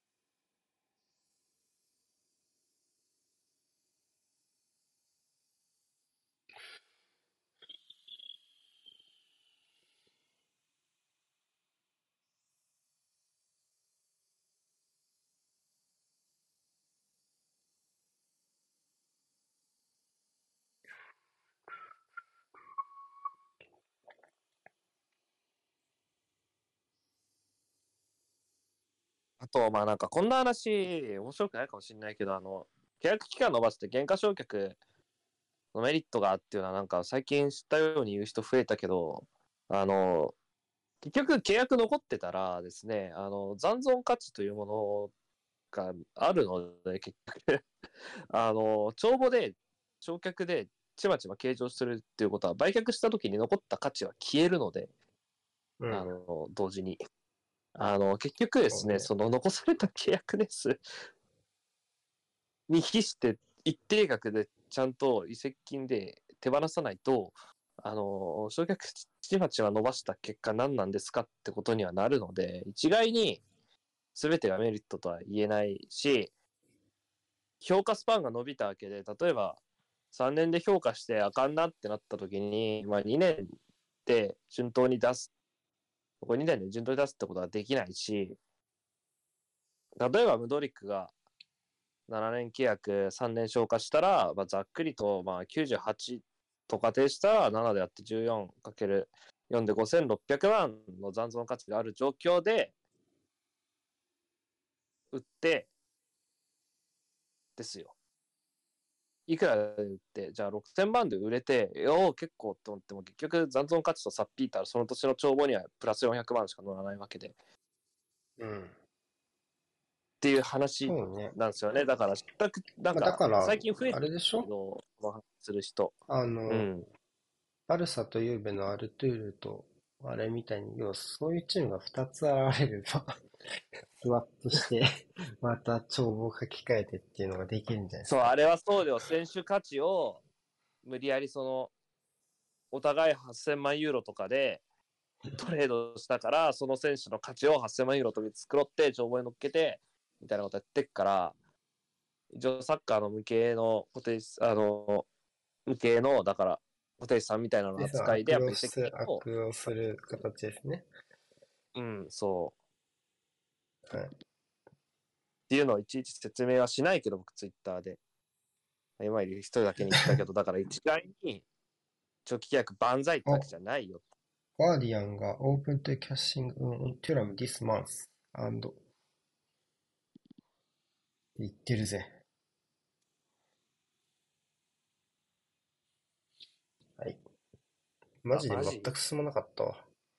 あと、まあなんかこんな話、面白くないかもしれないけど、契約期間延ばして減価償却のメリットがっていうのはなんか最近知ったように言う人増えたけど、あの、結局契約残ってたらですね、残存価値というものがあるので、結局帳簿で、償却でちまちま計上するっていうことは、売却した時に残った価値は消えるので、 うん。 同時に。結局ですね、その残された契約年数に比して一定額でちゃんと移籍金で手放さないと、償却ちまちま伸ばした結果何なんですかってことにはなるので、一概に全てがメリットとは言えないし、評価スパンが伸びたわけで、例えば3年で評価してあかんなってなった時に、まあ、2年で順当に出す、これ2年で順当に出すってことはできないし、例えばムドリックが7年契約3年消化したら、まあ、ざっくりとまあ98と仮定したら7であって 14×4 で5600万の残存価値がある状況で売ってですよ。いくらで売って、じゃあ6000万で売れて、結構と思っても結局残存価値とさっぴいたらその年の帳簿にはプラス400万しか乗らないわけで。っうん。 ていう話そうね。 なんですよね。だから、全く、なんまあ、だか、 から、 最近増えてるあれでしょ？ けど、する人。 あの、 うん。 バルサとユーベのアルトゥールと、あれみたいに、要はそういうチームが2つ現れればスワップしてまた帳簿を書き換えてっていうのができるんじゃないですそう、 か。 あれはそうだよ。選手価値を無理やりお互い8000万ユーロとかでトレードしたから、その選手の価値を8000万ユーロと繕って、帳簿に乗っけて、みたいなことやってっから、一応サッカーの無形の無形の、だから、固定資産みたいなので、その扱いで、やっぱり移籍を、 悪用する形ですね。 うん、そう。 はい。 っていうのをいちいち説明はしないけど、僕ツイッターで。今いる人だけに言ったけど、だから一概に長期契約万歳ってわけお、 じゃないよ。 ガーディアンが Open to cashing on Thuram this month and 言ってるぜ。はい。マあ、 ジで全マジ。 く進まなかったわ。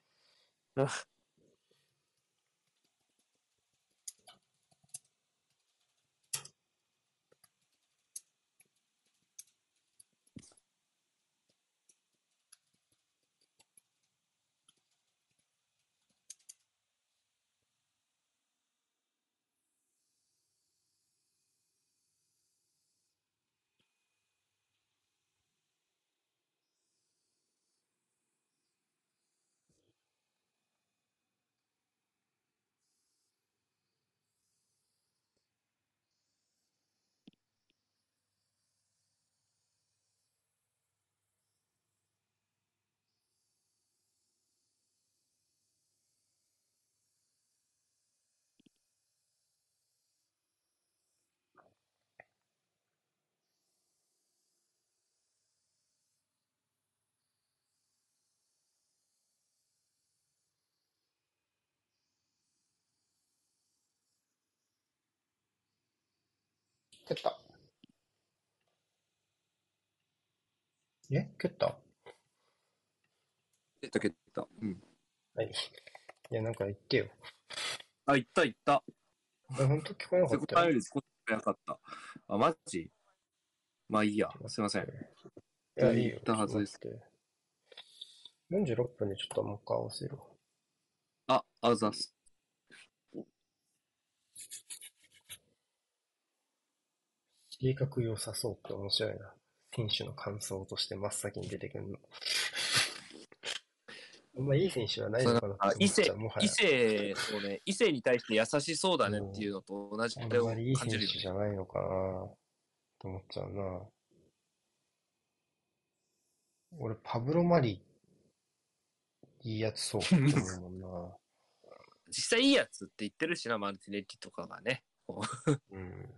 蹴った。蹴った？ 蹴った蹴った。うん。 はい。いや、なんか言ってよ。 あ、行った行った。 ほんと聞こえなかセコったよ。 タより少し早かった。あ、マジ。まあいいや。 ちょっと待すいません。 って。いや、いいよ。 普通に行ったちょっとはずです。 待って。46分でちょっともう一回合わせろ。 あざす。 計画良さそうって面白いな。選手の感想として真っ先に出てくるの。 あんまいい選手はないそののかなって思っちゃう、もはや。 そうね、異性に対して優しそうだねってうん。 いうのと同じあんあれをまりいい選感じるよね。 手じゃないのかなと思っちゃうな。俺、パブロ・マリいいやつそうって思うもんな。 実際いいやつって言ってるしな、マルティネッリとかがね、こううん。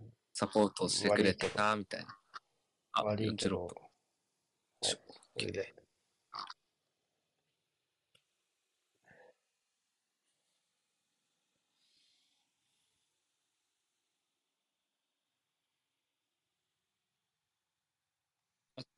サポートしてくれ悪いけど。 たみたいな。あ、 悪いけ 46 ど。 分。 はい。それで。 あった。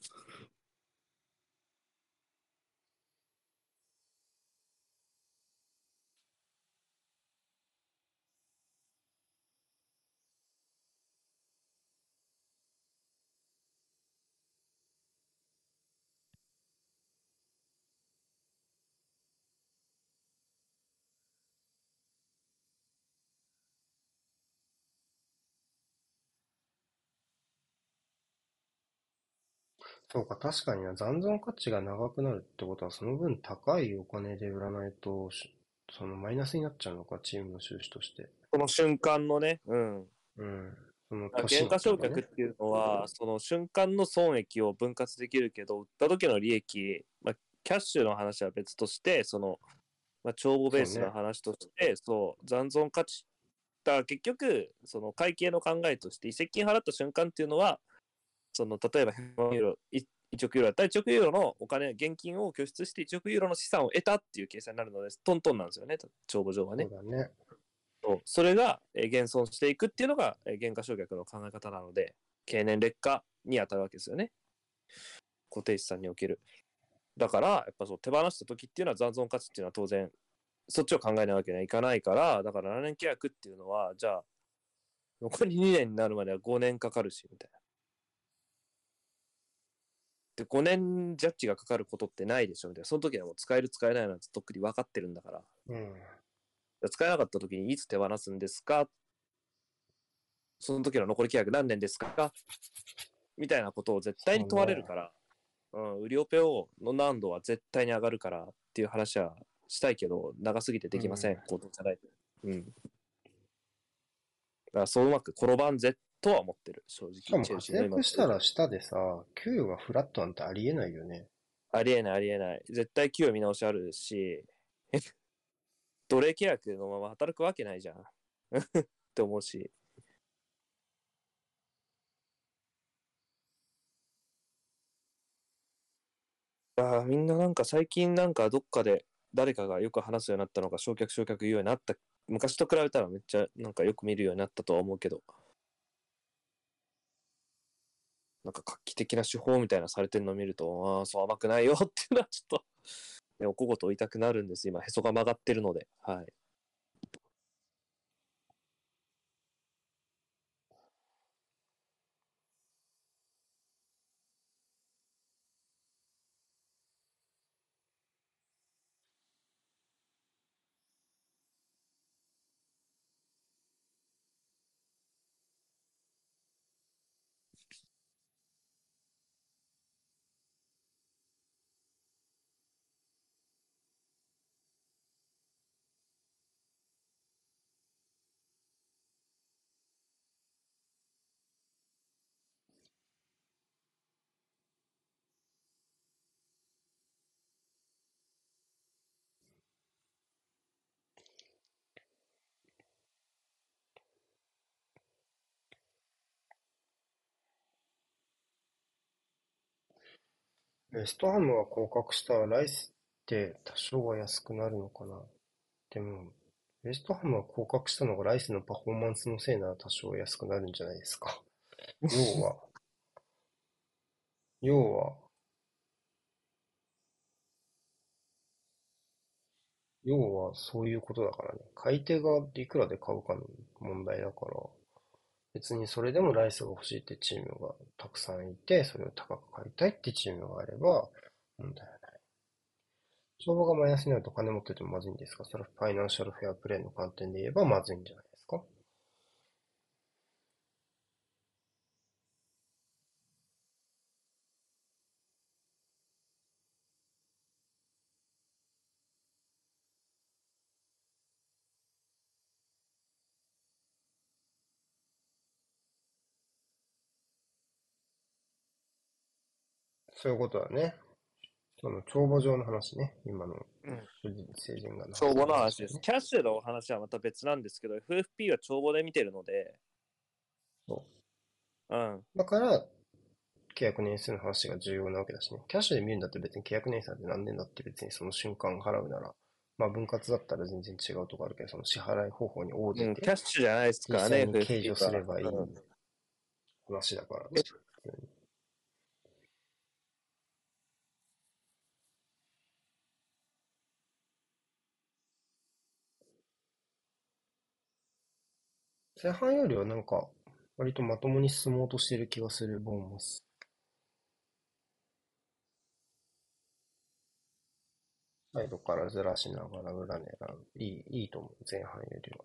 そうか、確かにな。残存価値が長くなるってことは、その分高いお金で売らないと、そのマイナスになっちゃうのか、チームの収支として。 この瞬間のね、 うん。その年の減価償ってことね。 却っていうのは、その瞬間の損益を分割できるけど、売った時の利益、キャッシュの話は別として、帳簿ベースのそうね。 話として、残存価値。だから結局、その会計の考えとして、移籍金払った瞬間っていうのは、例えば100万ユーロ、1億ユーロだったら1億ユーロのお金、現金を拠出して1億ユーロの資産を得たっていう計算になるので、トントンなんですよね、帳簿上はね。 そうだね。 それが減損していくっていうのが減価償却の考え方なので、経年劣化に当たるわけですよね。固定資産における。だから、やっぱ手放した時っていうのは残存価値っていうのは当然、そっちを考えないわけにはいかないから、だから7年契約っていうのは、じゃあ、残り2年になるまでは5年かかるし、みたいな。で、5年ジャッジがかかることってないでしょ、みたいな。その時はもう使える使えないなんてとっくに分かってるんだから。 うん。 使えなかった時にいつ手放すんですか、その時の残り契約何年ですかみたいなことを絶対に問われるそうね。 から、売りオペの難度は絶対に上がるからっていう話はしたいけど、長すぎてできません、 うん。 口頭じゃない。うん。だからそううまく転ばんぜとは思ってる、正直、 しかもチェルシーの今活躍しの状況。 たら下でさ、給与がフラットなんてありえないよね。 ありえない、ありえない。絶対給与見直しあるし、奴隷契約のまま働くわけないじゃん。って思うし。みんななんか最近なんかどっかで誰かがよく話すようになったのか、焼却言うようになった。昔と比べたらめっちゃなんかよく見るようになったとは思うけど、なんか画期的な手法みたいなされてるのを見ると、ああ、そう甘くないよっていうのはちょっと、ね、おこごと言いたくなるんです。今、へそが曲がってるので。はい。 ウェストハムが降格したらライスって多少は安くなるのかな。でも、ウェストハムが降格したのがライスのパフォーマンスのせいなら多少は安くなるんじゃないですか。要は、要は、要はそういうことだからね。買い手がいくらで買うかの問題だから、別にそれでもライスが欲しいってチームがたくさんいて、それを高く買いたいってチームがあれば、問題ない。相場がマイナスになると金持っててもまずいんですか？それはファイナンシャルフェアプレーの観点で言えばまずいんじゃないですか？ そういうことだね。その帳簿上の話ね。今のうん。 成人が帳簿の話です。 ね。 キャッシュの話はまた別なんですけど、FFP は帳簿で見てるので、 そうん。 う。だから、契約年数の話が重要なわけだしね。キャッシュで見るんだって別に契約年数って何年だって別にその瞬間払うなら、まあ分割だったら全然違うとこあるけど、その支払い方法に応じうん、キてャッシュじゃないですからね、 実際に計 FFP 上すれは。 ばいいうん。 話だからね。普通に前半よりはなんか、割とまともに進もうとしてる気がする、ボーンマス。サイドからずらしながら裏狙う。いいと思う、前半よりは。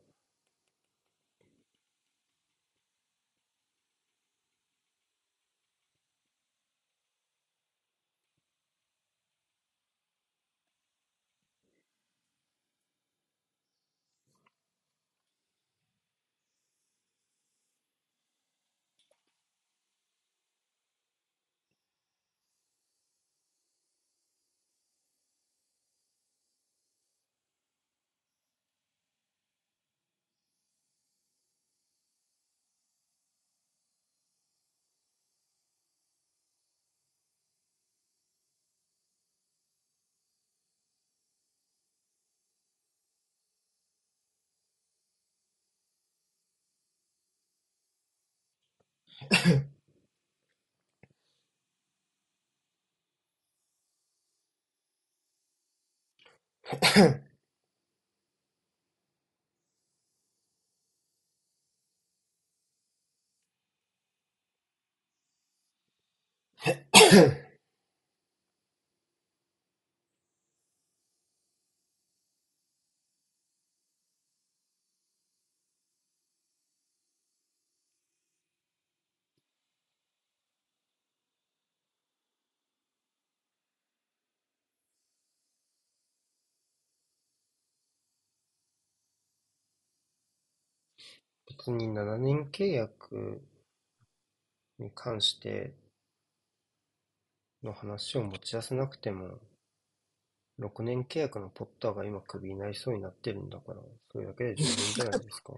別に7年契約に関しての話を持ち出せなくても、6年契約のポッターが今クビになりそうになってるんだから、それだけで十分じゃないですか。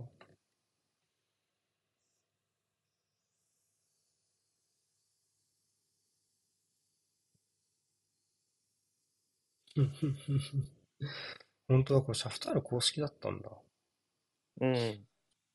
本当だ、これシャフタール公式だったんだ。 うん。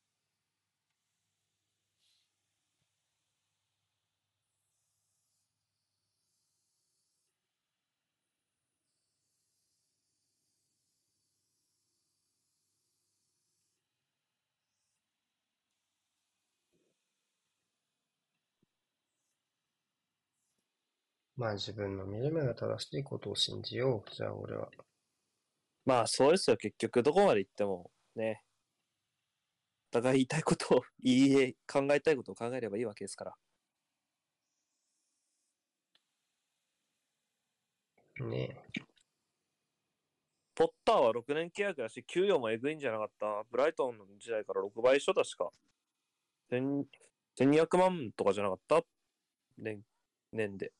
まあ自分の見る目が正しいことを信じよう。じゃあ俺は。 まあ、そうですよ、結局、どこまで行っても、ね、お互い言いたいことを考えたいことを考えればいいわけですから。 ねポッターは6年契約だし、給与もえぐいんじゃなかった。ブライトンの時代から6倍一緒確か。1200万とかじゃなかった年で。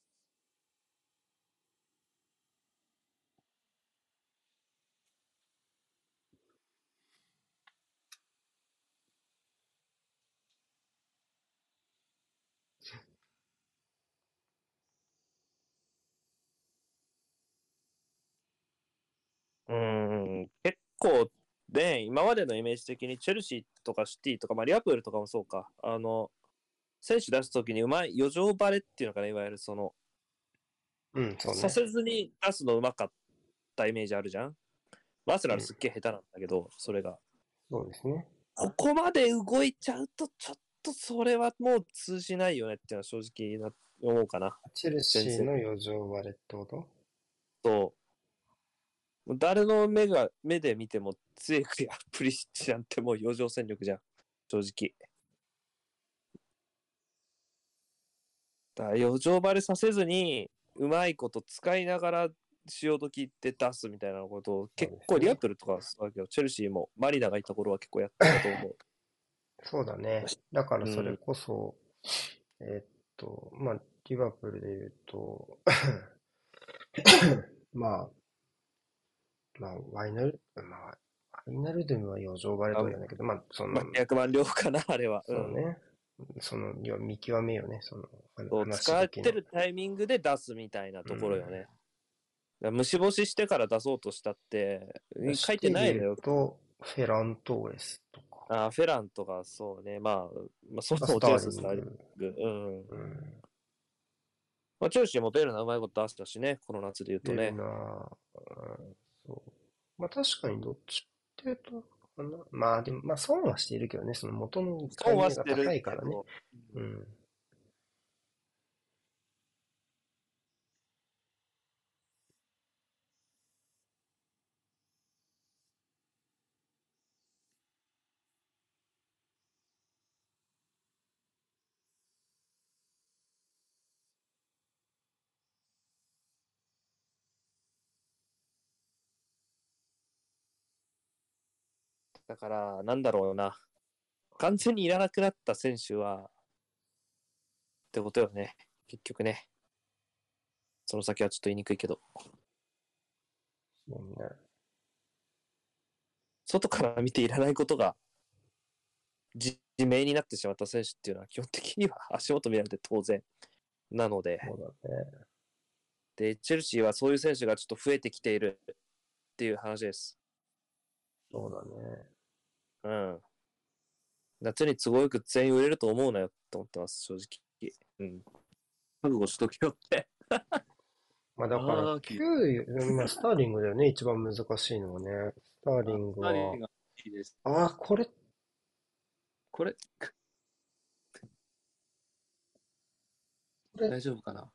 結構ね、今までのイメージ的にチェルシーとかシティとか、まあ、リアプールとかもそうか、選手出すときにうまい、余剰バレっていうのかな、いわゆるそうね。 させずに出すのうまかったイメージあるじゃん。アーセナうん、 ルすっげえ下手なんだけど、それが。 そうですね。 ここまで動いちゃうと、ちょっとそれはもう通じないよねっていうのは正直思うかな。 チェル全然。 シーの余剰割れってこと？ そう。誰の目で見ても、ツエクやプリシッチなんてもう余剰戦力じゃん。正直。だから余剰バレさせずに、うまいこと使いながら潮時って出すみたいなことをそう結構リアですね。 プルとかそうだけど、チェルシーもマリナがいた頃は結構やってたと思う。 そうだね。だからそれうん。 こそ、まあ、 リバプールで言うと、まあ、ワイナルドゥムは余剰バレあ、 とは言わないけど、 まあ、100万両かな、あれは。うん。 そうね。要は見極めよね、 そう、 話使ってし時の。 るタイミングで出すみたいなところうん。 よね。だから虫干ししてから出そうとしたって、書いてシティで言うないのよ。 と、フェラントーレスとか、 あ、フェランとか、そうね。まあ、そのスター落ちるす、スターリンリング、 グ。うん。 うん、 まあ、チェルシーもベルナうまいこと出したしね、この夏で言うと出るね。 なぁ、そう。確かにどっちっていうと、かな。まあでも、損はしているけどね、その元の損介入がはしてる高いからね。 けど、 うん。 だから、なんだろうな。完全にいらなくなった選手は、ってことよね。結局ね。その先はちょっと言いにくいけど。 そうね。 外から見ていらないことが自明になってしまった選手っていうのは基本的には足元見られて当然なので、 そうだね。 で、チェルシーはそういう選手がちょっと増えてきているっていう話です。 そうだね。 うん。夏に都合よく全員売れると思うなよって思ってます、正直。うん。覚悟しとけよって。 だから、 ああ、 9位、スターリングだよね、一番難しいのはね。スターリングは、 スターリンがいいです。 これ、 これ、 これ、 大丈夫かな。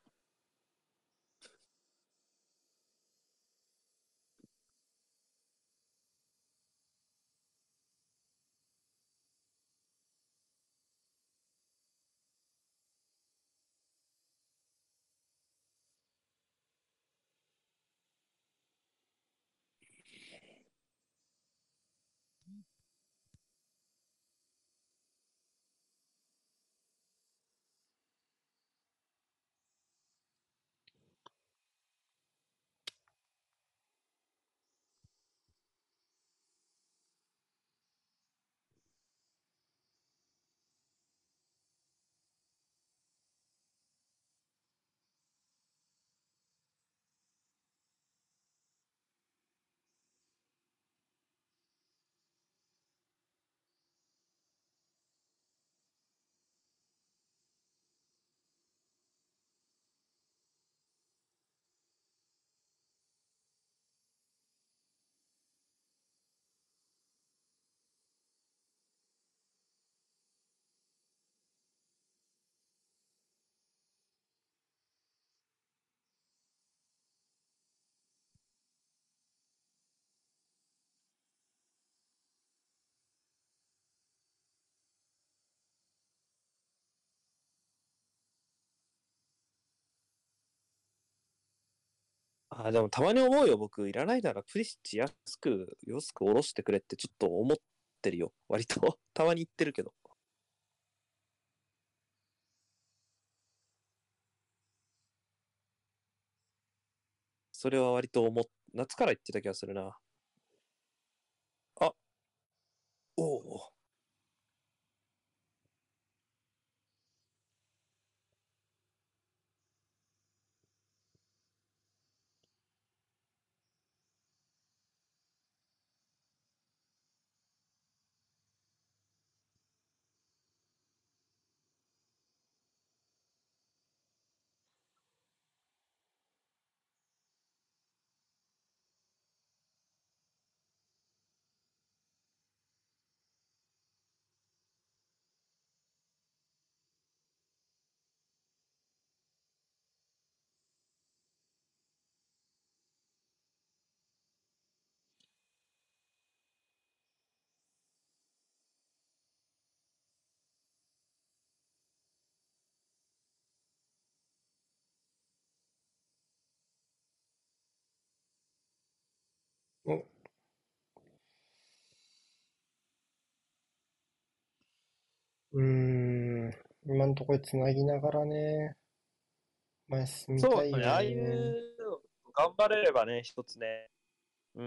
でもたまに思うよ、僕。いらないならプリシッチ安く下ろしてくれってちょっと思ってるよ。割と。たまに言ってるけど。それは割と夏から言ってた気がするな。あ、おお。 お、うーん、今のところつなぎながらね。 前住みたいそうね、ああいよ。 う、頑張れればね、一つね。うん。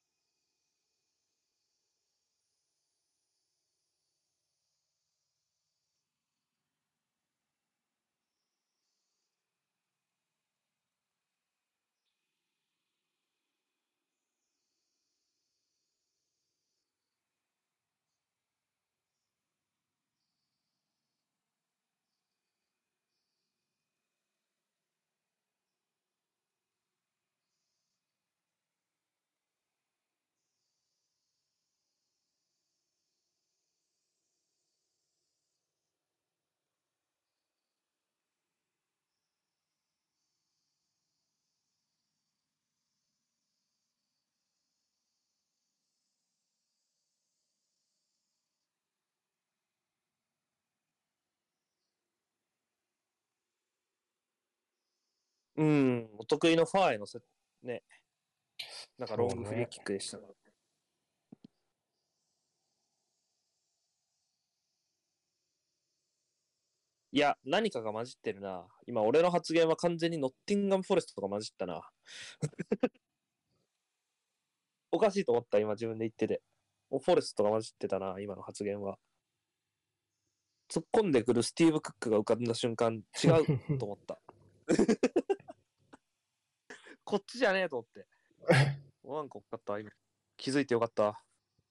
うん。お得意のファーへのね、なんかロングフリーそうね。 キックでしたが。いや、何かが混じってるな。今、俺の発言は完全にノッティンガム・フォレストが混じったな。おかしいと思った、今自分で言ってて。フォレストが混じってたな、今の発言は。突っ込んでくるスティーブ・クックが浮かんだ瞬間、違うと思った。こっちじゃねえと思って。ワンコかった、今。気づいてよかった。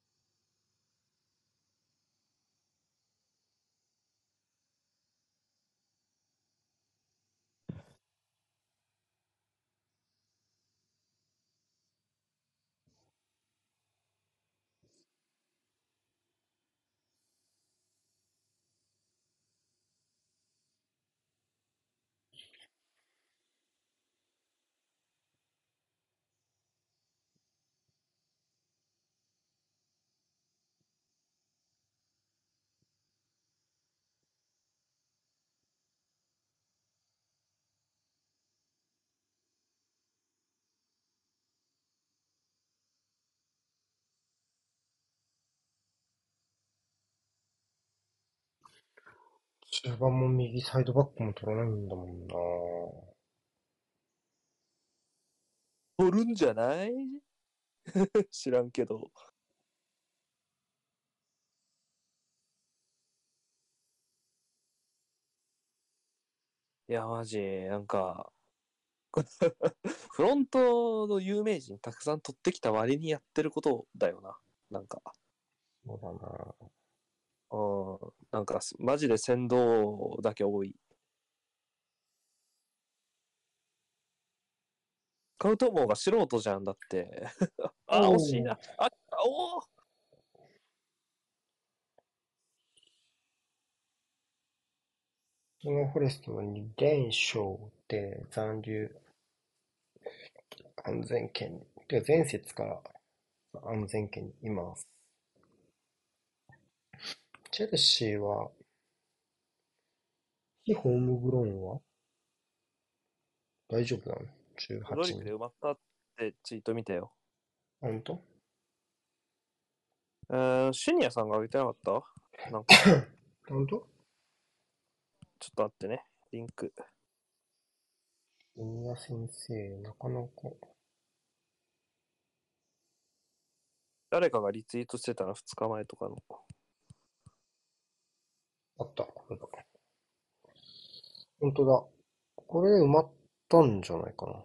中盤も右サイドバックも取らないんだもんな。 取るんじゃない知らんけど。いや、マジ、なんか、フロントの有名人たくさん取ってきた割にやってることだよな。なんか、 そうだな。 なんか、マジで先導だけ多い。カウトモーが素人じゃんだって。あ、惜しいおう。 な。おーそのフォレストは2連勝で残留安全圏に。てか前節から安全圏にいます。チェルシーは、非ホームグローンは大丈夫なの？ ロリ 18 クで人。 埋まったってツイート見たよ。 本当？ シニアさんが上げてなかったなんか、 本当？ ちょっとあってね。リンク。 稲谷先生、なかなか。 誰かがリツイートしてたら2日前とかの。 あった、これだ。本当だ。これ埋まったんじゃないかな。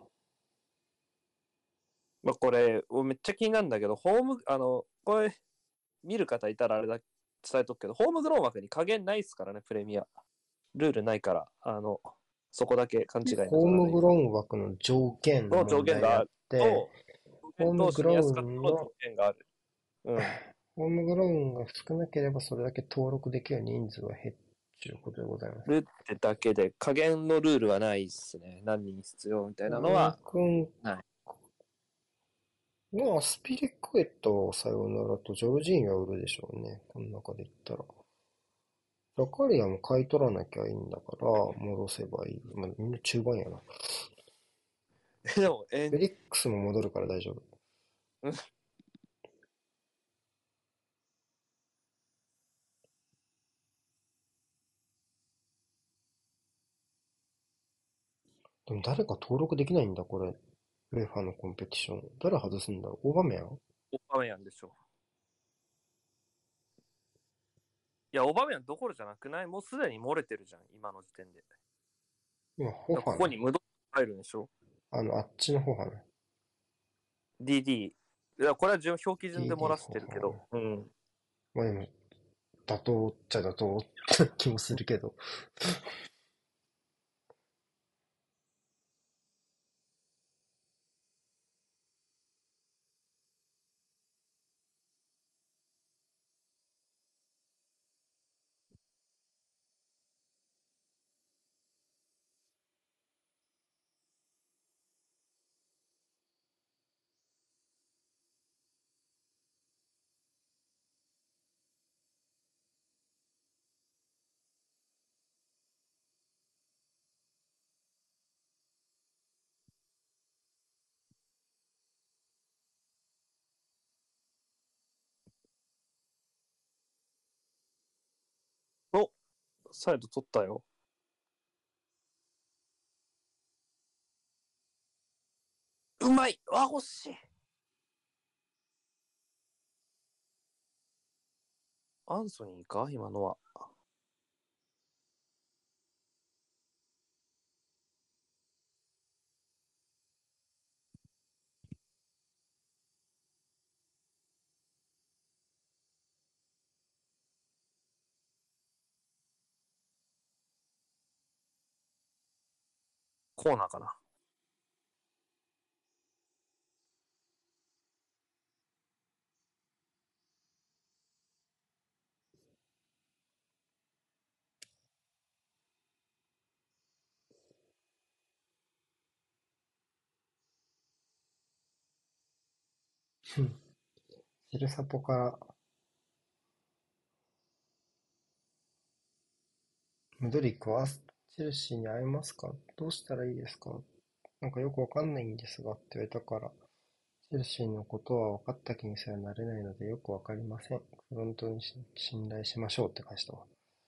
まあ、これ、めっちゃ気になるんだけど、これ、見る方いたらあれだ、伝えとくけど、ホームグローン枠に加減ないっすからね、プレミア。ルールないから、そこだけ勘違いなホームグローさらないように。 ン枠の条件のの上問題であっ限があるて、 と、条件とシホームグロニアスカッーンの、 トの条件がある。うん。 ホームグローンが少なければそれだけ登録できる人数は減っちゅうことでございます。 ルってだけで、加減のルールはないっすね。何人必要みたいなのはくん、 ない。 まあ、スピリクエットさよならとジョルジーニョは売るでしょうね。この中で言ったら。ザカリアも買い取らなきゃいいんだから、戻せばいい。まあ、みんな中盤やな。 でも、 フェリックスも戻るから大丈夫。 でも誰か登録できないんだ、これ。ウェファのコンペティション。誰外すんだろう。オーバメヤン。 オバメヤンでしょ。いや、オバメヤンどころじゃなくない？もうすでに漏れてるじゃん、今の時点で。 今、ホファナ。 ここに無ド入るんでしょ？ あっちのホファナ。 DD。いや、これは表記順で漏 DD らしホファナ。 てるけど。うん。 まあでも、妥当っちゃ妥当って気もするけど。 お、サイド取ったよ。うまい。あ、惜しい。アンソニーか今のは。コーナーかな。 セルサポからムドリックはチェルシーに会えますか？どうしたらいいですか？なんかよくわかんないんですがって言われたから、チェルシーのことは分かった気にすらなれないのでよくわかりません。フロントに信頼しましょうって返したわ。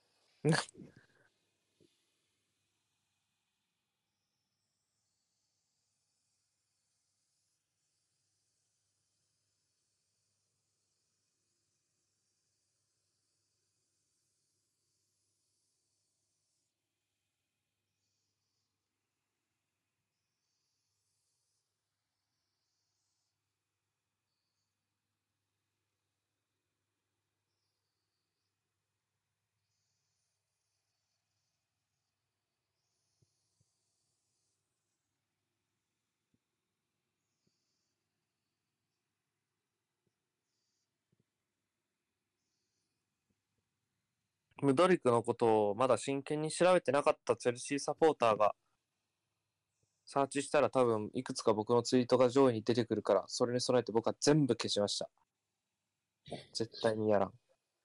ムドリクのことをまだ真剣に調べてなかったチェルシーサポーターがサーチしたら多分いくつか僕のツイートが上位に出てくるから、それに備えて僕は全部消しました。絶対にやらん。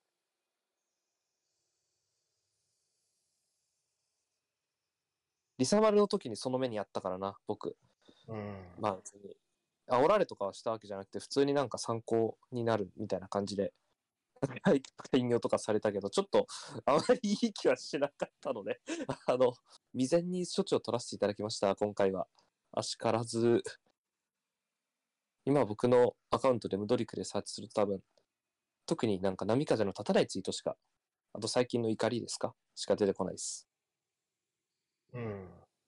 リサマルの時にその目にあったからな、僕。 うん。 まあ別に。煽られとかはしたわけじゃなくて、普通になんか参考になるみたいな感じで、引用とかされたけど、ちょっとあまりいい気はしなかったので、未然に処置を取らせていただきました、今回は。あしからず、今僕のアカウントでムドリクでサーチすると多分、特になんか波風の立たないツイートしか、あと最近の怒りですかしか出てこないです。 うん。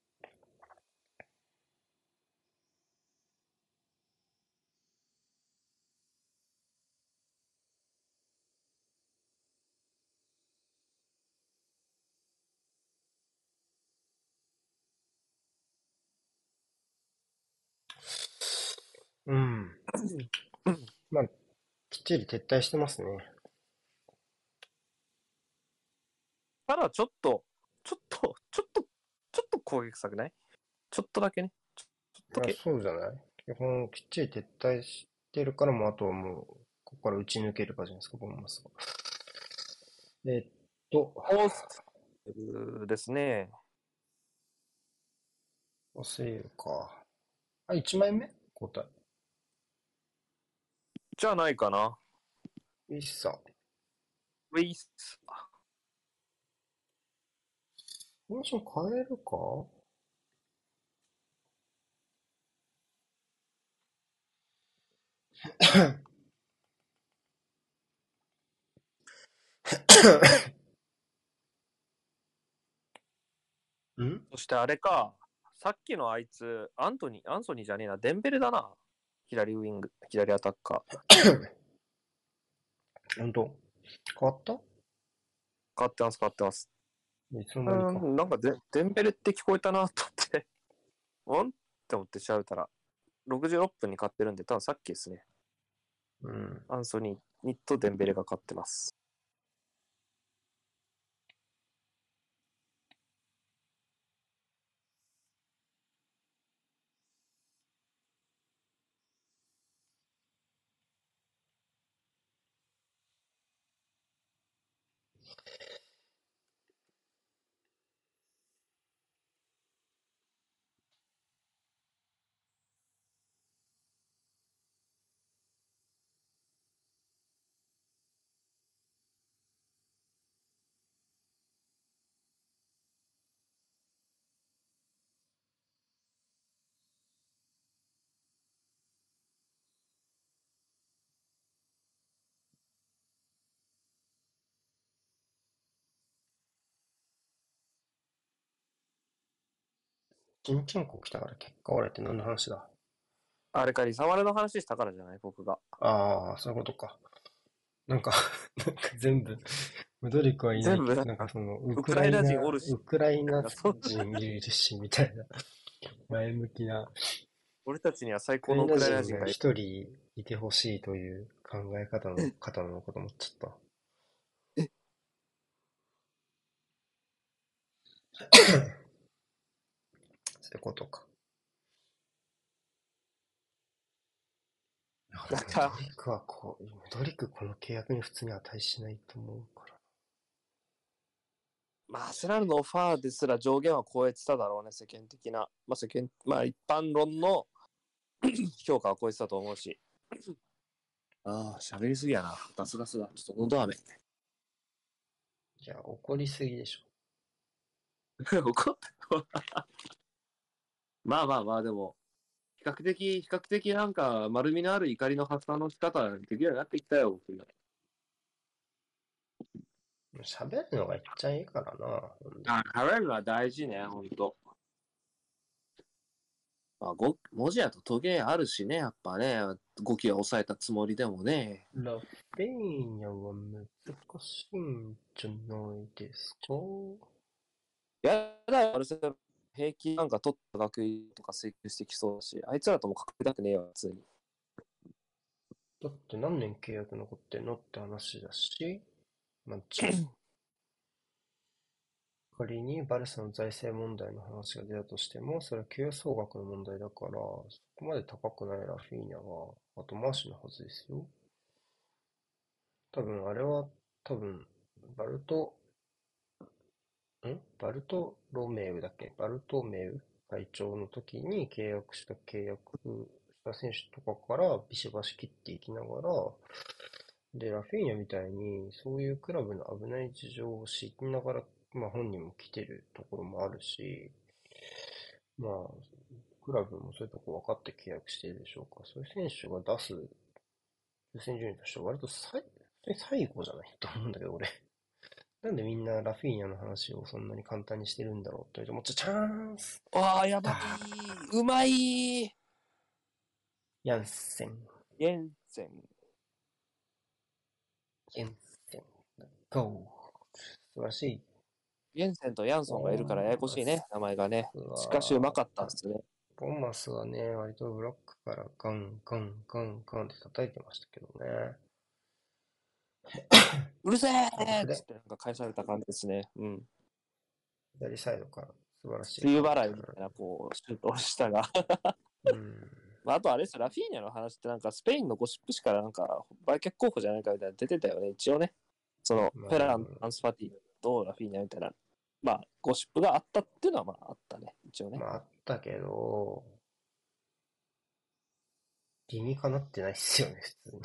うん。まあ、きっちり撤退してますね。 ただちょっと攻撃策ないちょっとだけね。ちょっとまあ、 だけ。 そうじゃない？基本きっちり撤退してるからもうあとはもう、ここから打ち抜けるかじゃないですか、ボンマスが。えっと、 オースですね。 オセールか。あ、1枚目交代。 じゃないかな。 いいっさ。 ウェイス。 フォーメーション変えるか？ んそしてあれか、さっきのあいつ、アンソニーじゃねえな、デンベレだな。左ウィング、左アタッカー。 本当変わった？ 変わってます、変わってます。 いつの間にか。 なんかデンベレって聞こえたなと思って、うんって思って調べたら、66分に勝ってるんで、多分さっきですね。 うん。 アンソニーとデンベレが勝ってます。 チンチンコ来たから結果折れって何の話だ？ あれか、リサマルの話したからじゃない僕が。 ああ、そういうことか。なんかなんか全部、ムドリクはいないけど、なんか全部なんか、 その、 ウクライナ人おるし、 ウクライナそう、 人いるし、みたいな、前向きな、ウ俺たちには最クライナ高のウクライナ人が人がいる。 一人いてほしいという考え方の方なのかと思っちゃった。そういうことか。いや、でもなんか、 ムドリクこの契約に普通に値しないと思うから。 まあ、アーセナルのオファーですら上限は超えてただろうね、世間的な。まあ、一般論の評価は超えてたと思うし。ああ、喋りすぎやな。ガスガスだ。ちょっと喉飴。 いや、怒りすぎでしょ。 怒ったまあまあまあ、でも、比較的なんか丸みのある怒りの発散の仕方ができるようになってきたよ、僕が。 喋るのがいっちゃいいからな、ほんで。 あ、食べるのは大事ね、ほんと。まあ、文字やとトゲあるしね、やっぱね、語気は抑えたつもりでもね。 ラフェーニャは難しいんじゃないですか？ やだよ、バルセロナ平均なんか取った学位とか請求してきそうだし、あいつらともかけたくねえよ、普通に。 だって何年契約残ってんのって話だし、まあ、じゃあ、仮にバルサの財政問題の話が出たとしても、それは給与総額の問題だから、そこまで高くないラフィーニャは後回しのはずですよ。多分あれは、多分、バルト、バルトロメウだっけバルトメウ会長の時に契約した選手とかからビシバシ切っていきながら、で、ラフィーニャみたいに、そういうクラブの危ない事情を知りながら、まあ本人も来てるところもあるし、まあ、クラブもそういうとこ分かって契約してるでしょうか。そういう選手が出す優先順位としては割と最後じゃないと思うんだけど、俺。なんでみんなラフィーニャの話をそんなに簡単にしてるんだろうって、もうチャンスああ、やばだい。うまい。 ヤンセン、 ゲンセン。 ヤンセン、ゴー。素晴らしい。 ゲンセンとヤンソンがいるからややこしいね、名前がね。しかしうまかったっすね。 ボンマスはね、割とブロックからガンガンガンガンって叩いてましたけどね。 うるせえっつで、 ってなんか返された感じですね。うん。 左サイドから素晴らしい梅雨カウンター。 払いみたいな、こう、シュートをしたが。 うん。 まあ、あとあれですよ、ラフィーニャの話ってなんかスペインのゴシップ誌からなんか売却候補じゃないかみたいな出てたよね、一応ね。その、 まあ、 フェラン・アンスファティとラフィーニャみたいな、まあ、ゴシップがあったっていうのはまああったね、一応ね。 まああったけど、理にかなってないっすよね、普通に。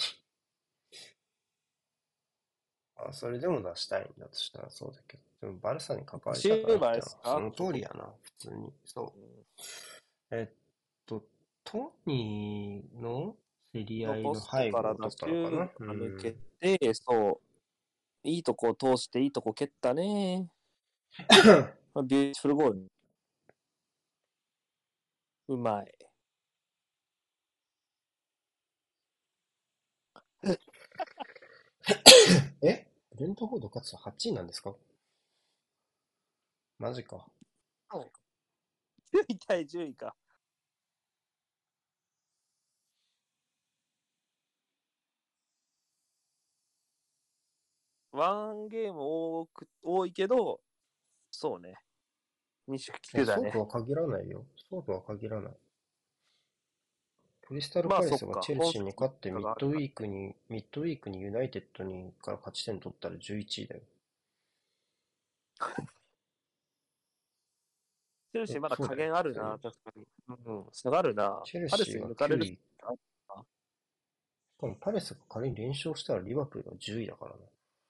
あ、それでも出したいんだとしたらそうだけど。でもバルサに関わりシたくないっューバーでてのはそすかの通りやな、普通に。そう。えっトニーの競り合いののポスト背後を取から打ったのかな。 球が抜けて、そう、いいとこを通していいとこ蹴ったね。ビューティフルゴール。うまい。 えブレントフォード勝つと8位なんですか？マジか。 10位対10位か。ワンゲーム多いけど、そうね。西地区だね。 そうとは限らないよ。そうとは限らない。クリスタルまあパレそっか。 スがチェルシーに勝って本節があるかミッドウィークにユナイテッドにから勝ち点取ったら11位だよ。 チェルシーまだ加そうだよ、 減あるな、 普通に。 確かに。うん、下があるな。 チェルパレスシーがに抜かれる。 9位。しかもパレスが仮に連勝したらリバプールが10位だからな。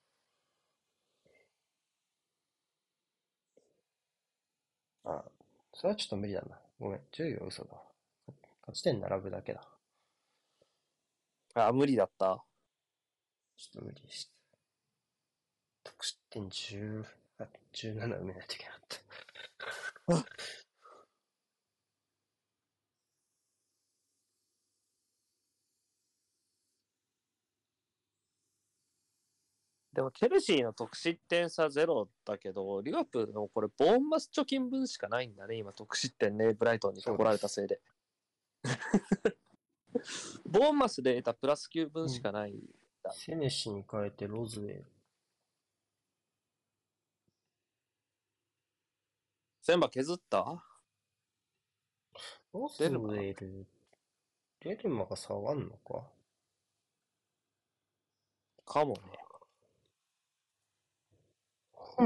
あ、それはちょっと無理だな。ごめん、10位は嘘だ。勝ち点並ぶだけだ。 あ、無理だった。 ちょっと無理した。得失点10、17埋めないといけなかった。 でも、チェルシーの得失点差ゼロだけど、リバプールのこれ、ボーンマス貯金分しかないんだね、今、得失点ね、ブライトンに取られたせいで。ボーンマスで得たプラス9分しかないんだ。 セネシに変えてロズウェル。 全部削ったロズウ出るかェル、レルマが下がんのか。 かもね。 うん。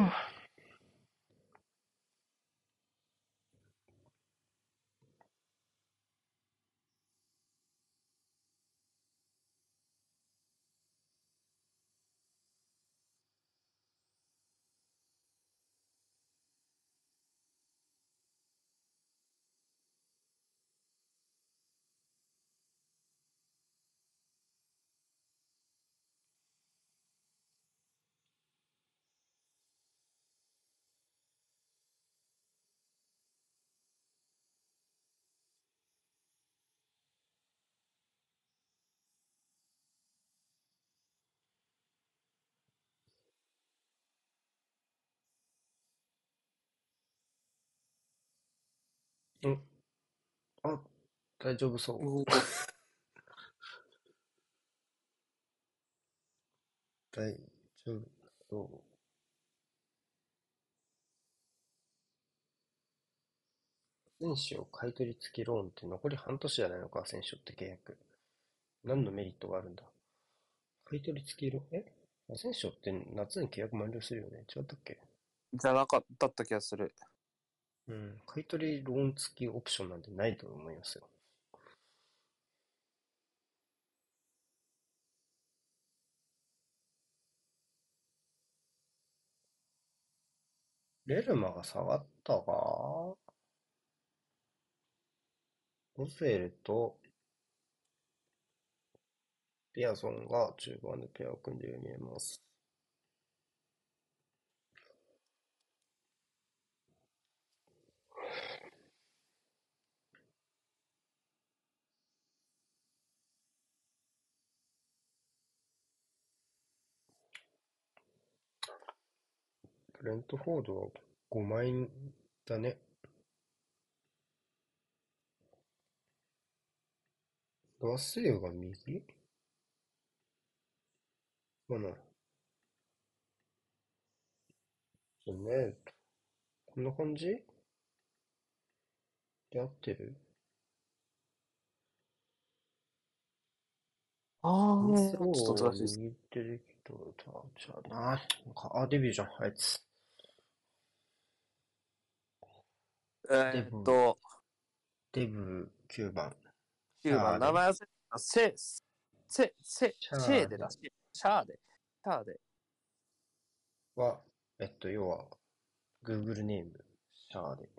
あ、大丈夫そう。 う大丈夫そう。選手を買い取り付きローンって残り半年じゃないのか、選手って契約。何のメリットがあるんだ。買い取り付きローン、選手って夏に契約満了するよね。違ったっけ？ じゃなかった気がする。 うん。買い取りローン付きオプションなんてないと思いますよ。レルマが下がったか？ロゼルとピアソンが中盤でペアを組んでいるように見えます。ブレントフォードは5枚だね。ラッセルが右かな。そうね。こんな感じで合ってる？ あインスロあ、ちょっとーは難しいです。 右手できたじゃあな。デビューじゃん、あいつ。デブ、 と、 デブ9番。シ 9番、 ャーで。 名前忘れた。シェーシャーででだし。シャーで。シャーで。 は、要は、Google ネーム、シャーで。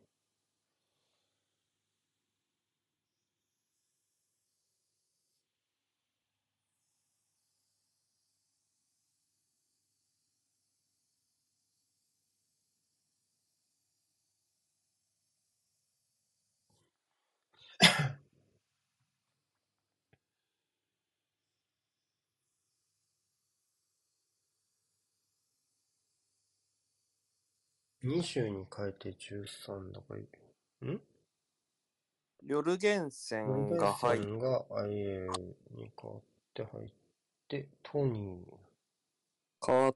20に変えて13だから、 夜源四泉が入っ線が IL に変わって入って、トニー。 変わって、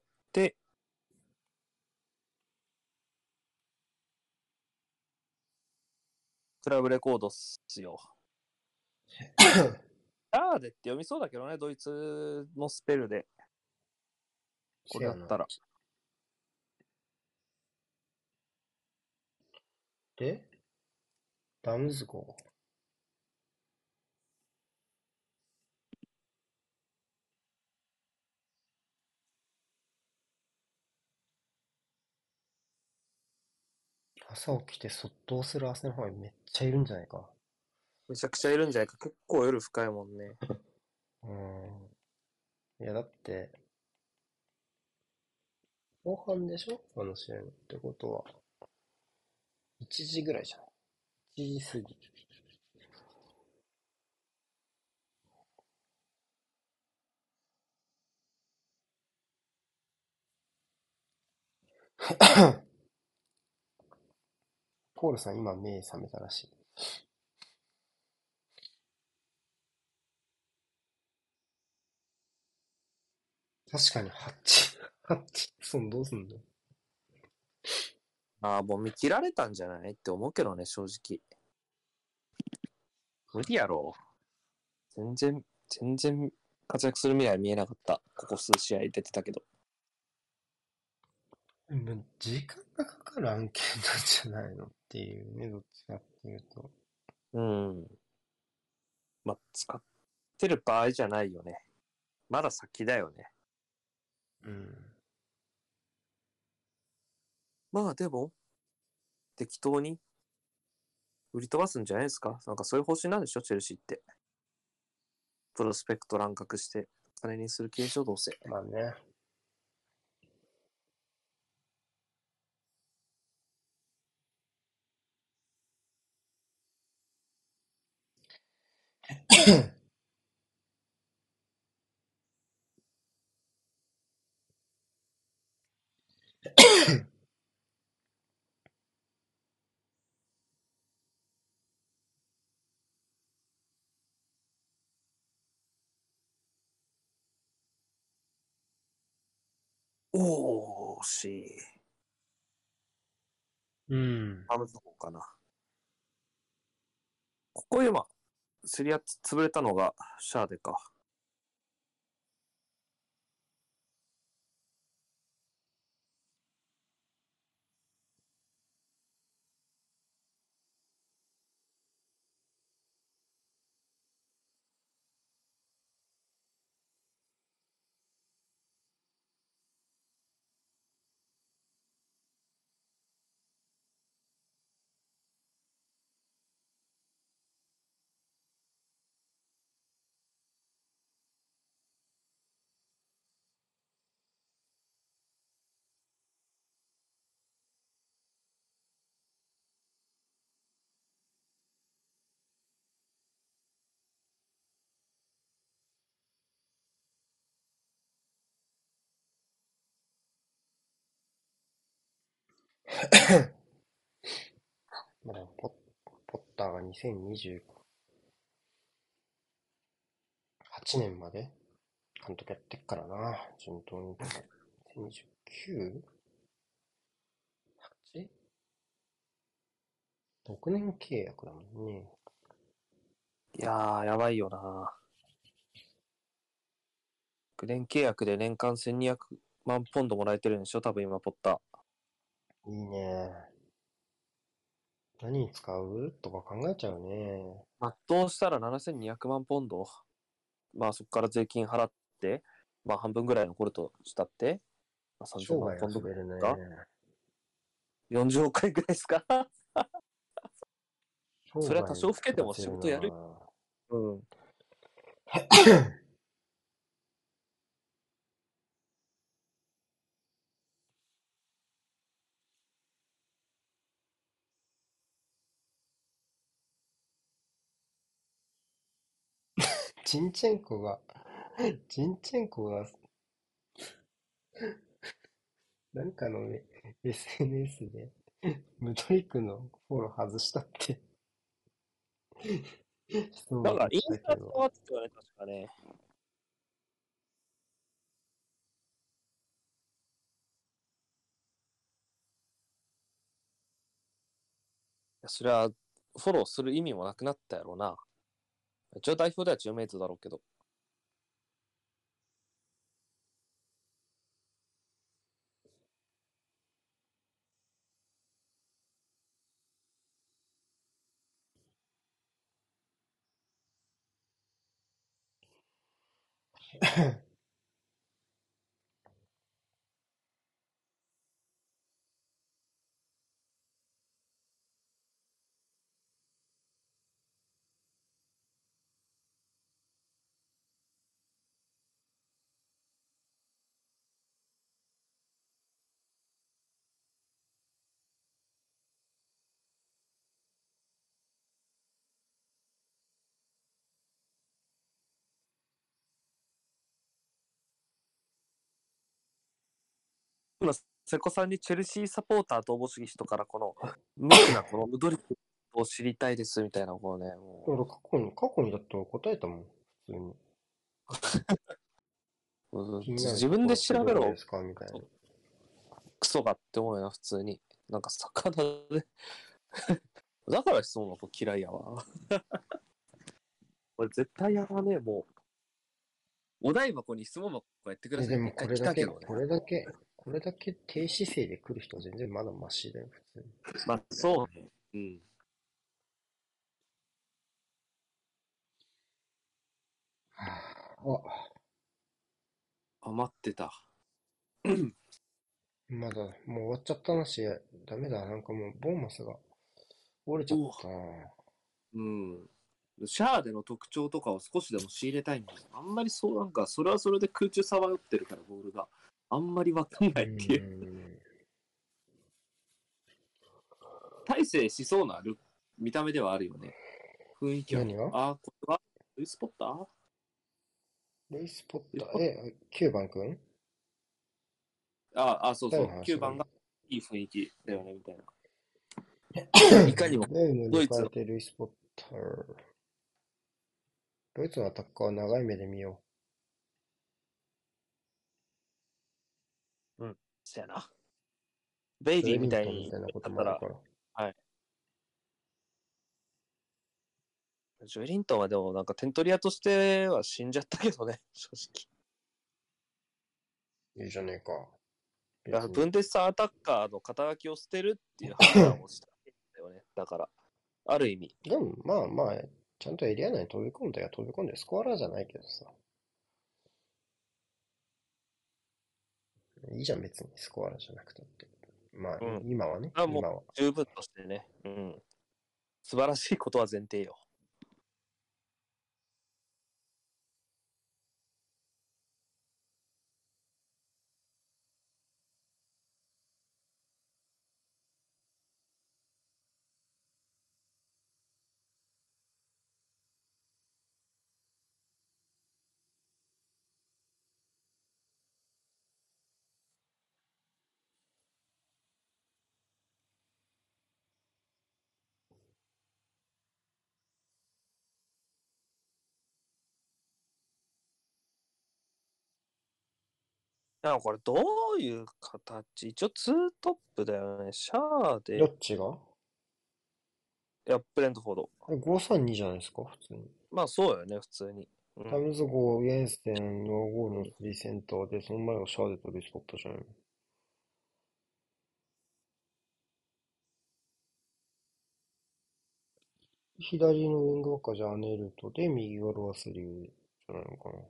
クラブレコードっすよ。アーデって読みそうだけどね、ドイツのスペルで。これだったら。 で、ダムズゴー。朝起きてそっとする汗の方がめっちゃいるんじゃないか。 めちゃくちゃいるんじゃないか。結構夜深いもんね。 いや、だって、後半でしょあの試合の。ってことは、1時ぐらいじゃない？ 1 時過ぎ。ポールさん今目覚めたらしい。確かにハッチソンどうすんの？ ああ、もう見切られたんじゃないって思うけどね、正直。無理やろ。全然活躍する未来見えなかった。ここ数試合出てたけど。 時間がかかる案件なんじゃないのっていうね、どっちかっていうと。 うん。まあ、使ってる場合じゃないよね。まだ先だよね。 うん。 まあでも、適当に売り飛ばすんじゃないですか。なんかそういう方針なんでしょ、チェルシーって。プロスペクト乱獲して、金にする継承どうせ。 まあね。 おーし。 うん。 ハムズホかな。ここ今、競り合って潰れたのがシャーデか。 まだポッターが2028年まで監督やってっからな。順当に。2029?8?6 年契約だもんね。 いやー、やばいよな。9年契約で年間1200万ポンドもらえてるんでしょ多分今、ポッター。 いいね。何に使うとか考えちゃうね。 全うしたら7200万ポンド。まあそこから税金払って、まあ半分ぐらい残るとしたって、まあ、3000 生涯万ポンドぐ遊べるね。 らいか ?40 億円ぐらいですかそれは多生涯少老けても暮らせる仕事やる。 な。 うん。 ジンチェンコが、ジンチェンコが、なんかのね、SNS で、ムドリクのフォロー外したって人なんか、 も出てインスタたけど、 使ってたよね、確かね。いやそれは、フォローする意味もなくなったやろうな。一応代表ではチームメイトだろうけど。今、瀬古さんにチェルシーサポーターとおぼしき人からこの、無垢なこのムドリックを知りたいですみたいな、このね、も俺過去にだって答えたもん、普通に。 う、 気になる自分でところって調べろ、 どこですかみたいな。 クソがって思うよな、普通に。なんか魚でだから質問の子嫌いやわ。俺絶対やらねえ、もう。お題箱に質問箱やってくださいって一回でも来たけどね。 これだけ低姿勢で来る人は全然まだマシだよ、普通に。 まあ、そうね。うん。 あ、 余ってた。 まだ、もう終わっちゃったなし、ダメだ、なんかもう、ボーマスが折れちゃっおたな。 うん。シャアでの特徴とかを少しでも仕入れたいんだけど、あんまりそうなんか、それはそれで空中さまよってるから、ボールが。あんまりわかんうーないっていう。 ん。 大成しそうな見た目ではあるよね。雰囲気は。 何があ、これはルイスポッタールイス・ポッター、 ルイスポッ 9番くんそう誰のそう。9 話だ今。 番がいい雰囲気だよね、みたいな。いかにも誰のドイツの、 抜かれてルイス・ポッター。ドイツのアタッカーは長い目で見ようん、そやな。ベう。 イリージョエリンみたいにトンみたいなことだったら、 もあるから。 はい。ジョエリントンはでもなんか点取り屋としては死んじゃったけどね、正いいじゃねえか。 直。 別に。 ブンデスアタッカーの肩書きを捨てるっていう判断をしたんだよね。だから、ある意味。 でも、ちゃんとエリア内に飛び込んだよ。飛び込んでスコアラーじゃないけどさ。いいじゃん、別にスコアラーじゃなくたって。まあ、 うん。 今はね、 あもう今は。 十分としてね。うん。素晴らしいことは前提よ。だからこれどういう形一応ツートップだよね。シャアで、 どっちがいや、ブレントフォード。 532じゃないですか、普通に。 まあそうよね、普通に。うん。 タムズ号、イエンセン、ノーゴールのスリーセンターで、その前がシャーデとルイスポットじゃないの。左のウィングバックはジャーネルトで、右がロアスリューじゃないのかな。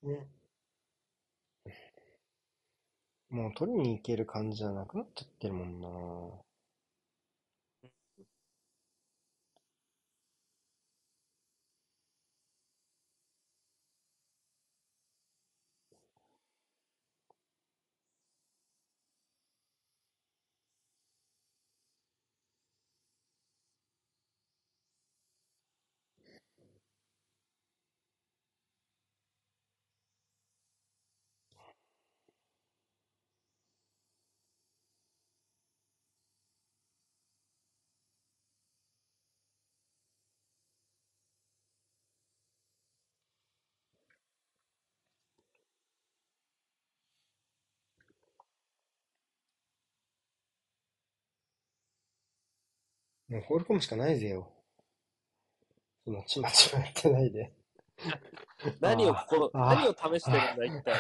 ね。もう取りに行ける感じじゃなくなっちゃってるもんな。もう放り込むしかないぜよ。そのちまちまやってないで。あ何をあ、 試してるんあだ、一体。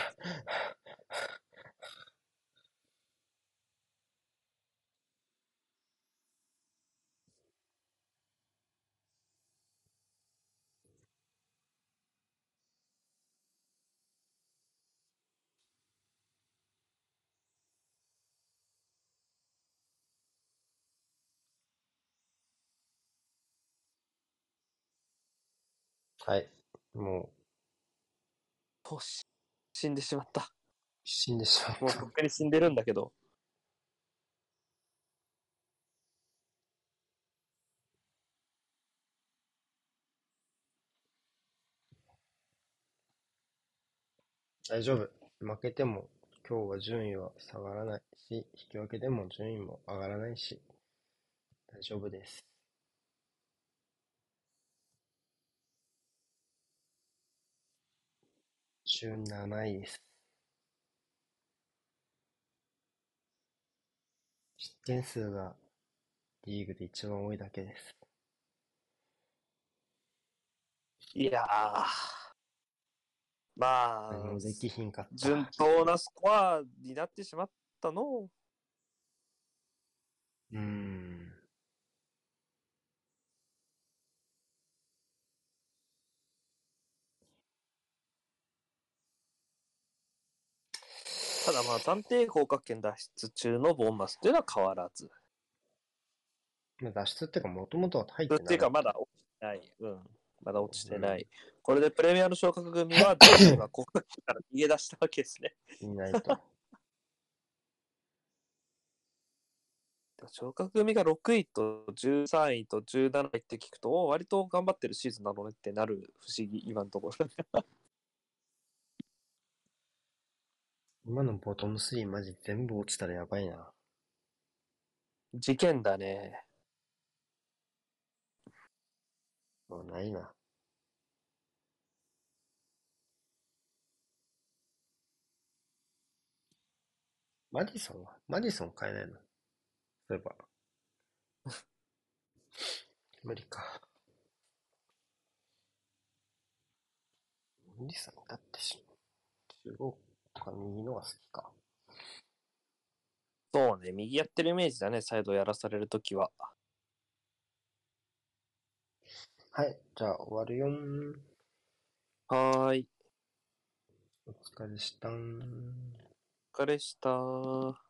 はい。もと、死んでしまった。 う、死んでしまっもうとた。 っくに死んでるんだけど。 大丈夫。負けても今日は順位は下がらないし、引き分けでも順位も上がらないし、大丈夫です。17位です。失点数がリーグで一番多いだけです。 いやー、まあ、 何もできひんかった。 順当なスコアになってしまったの。 うーん。 ただまあ、暫定降格圏脱出中のボーンマスというのは変わらず。 脱出っていうか、もともとは入っっていうか、 てなかった。 まだ落ちてない。うん。まだ落ちてなうい。これでプレミアの昇格組は全員は降格から逃げ出したわけですね。 ん。いないと。 昇格組が6位と13位と17位って聞くと、割と頑張ってるシーズンなのねってなる不思議、今のところ。 今のボトム3マジ全部落ちたらやばいな。 事件だね。 もうないな。マディソン買えないの？そういえば。無理か。マディソンだってし、中央とか右のが好きか。 そうね、右やってるイメージだね、サイドやらされるときは。 はい、じゃあ終わるよん。 はーい。 お疲れしたん。 お疲れした。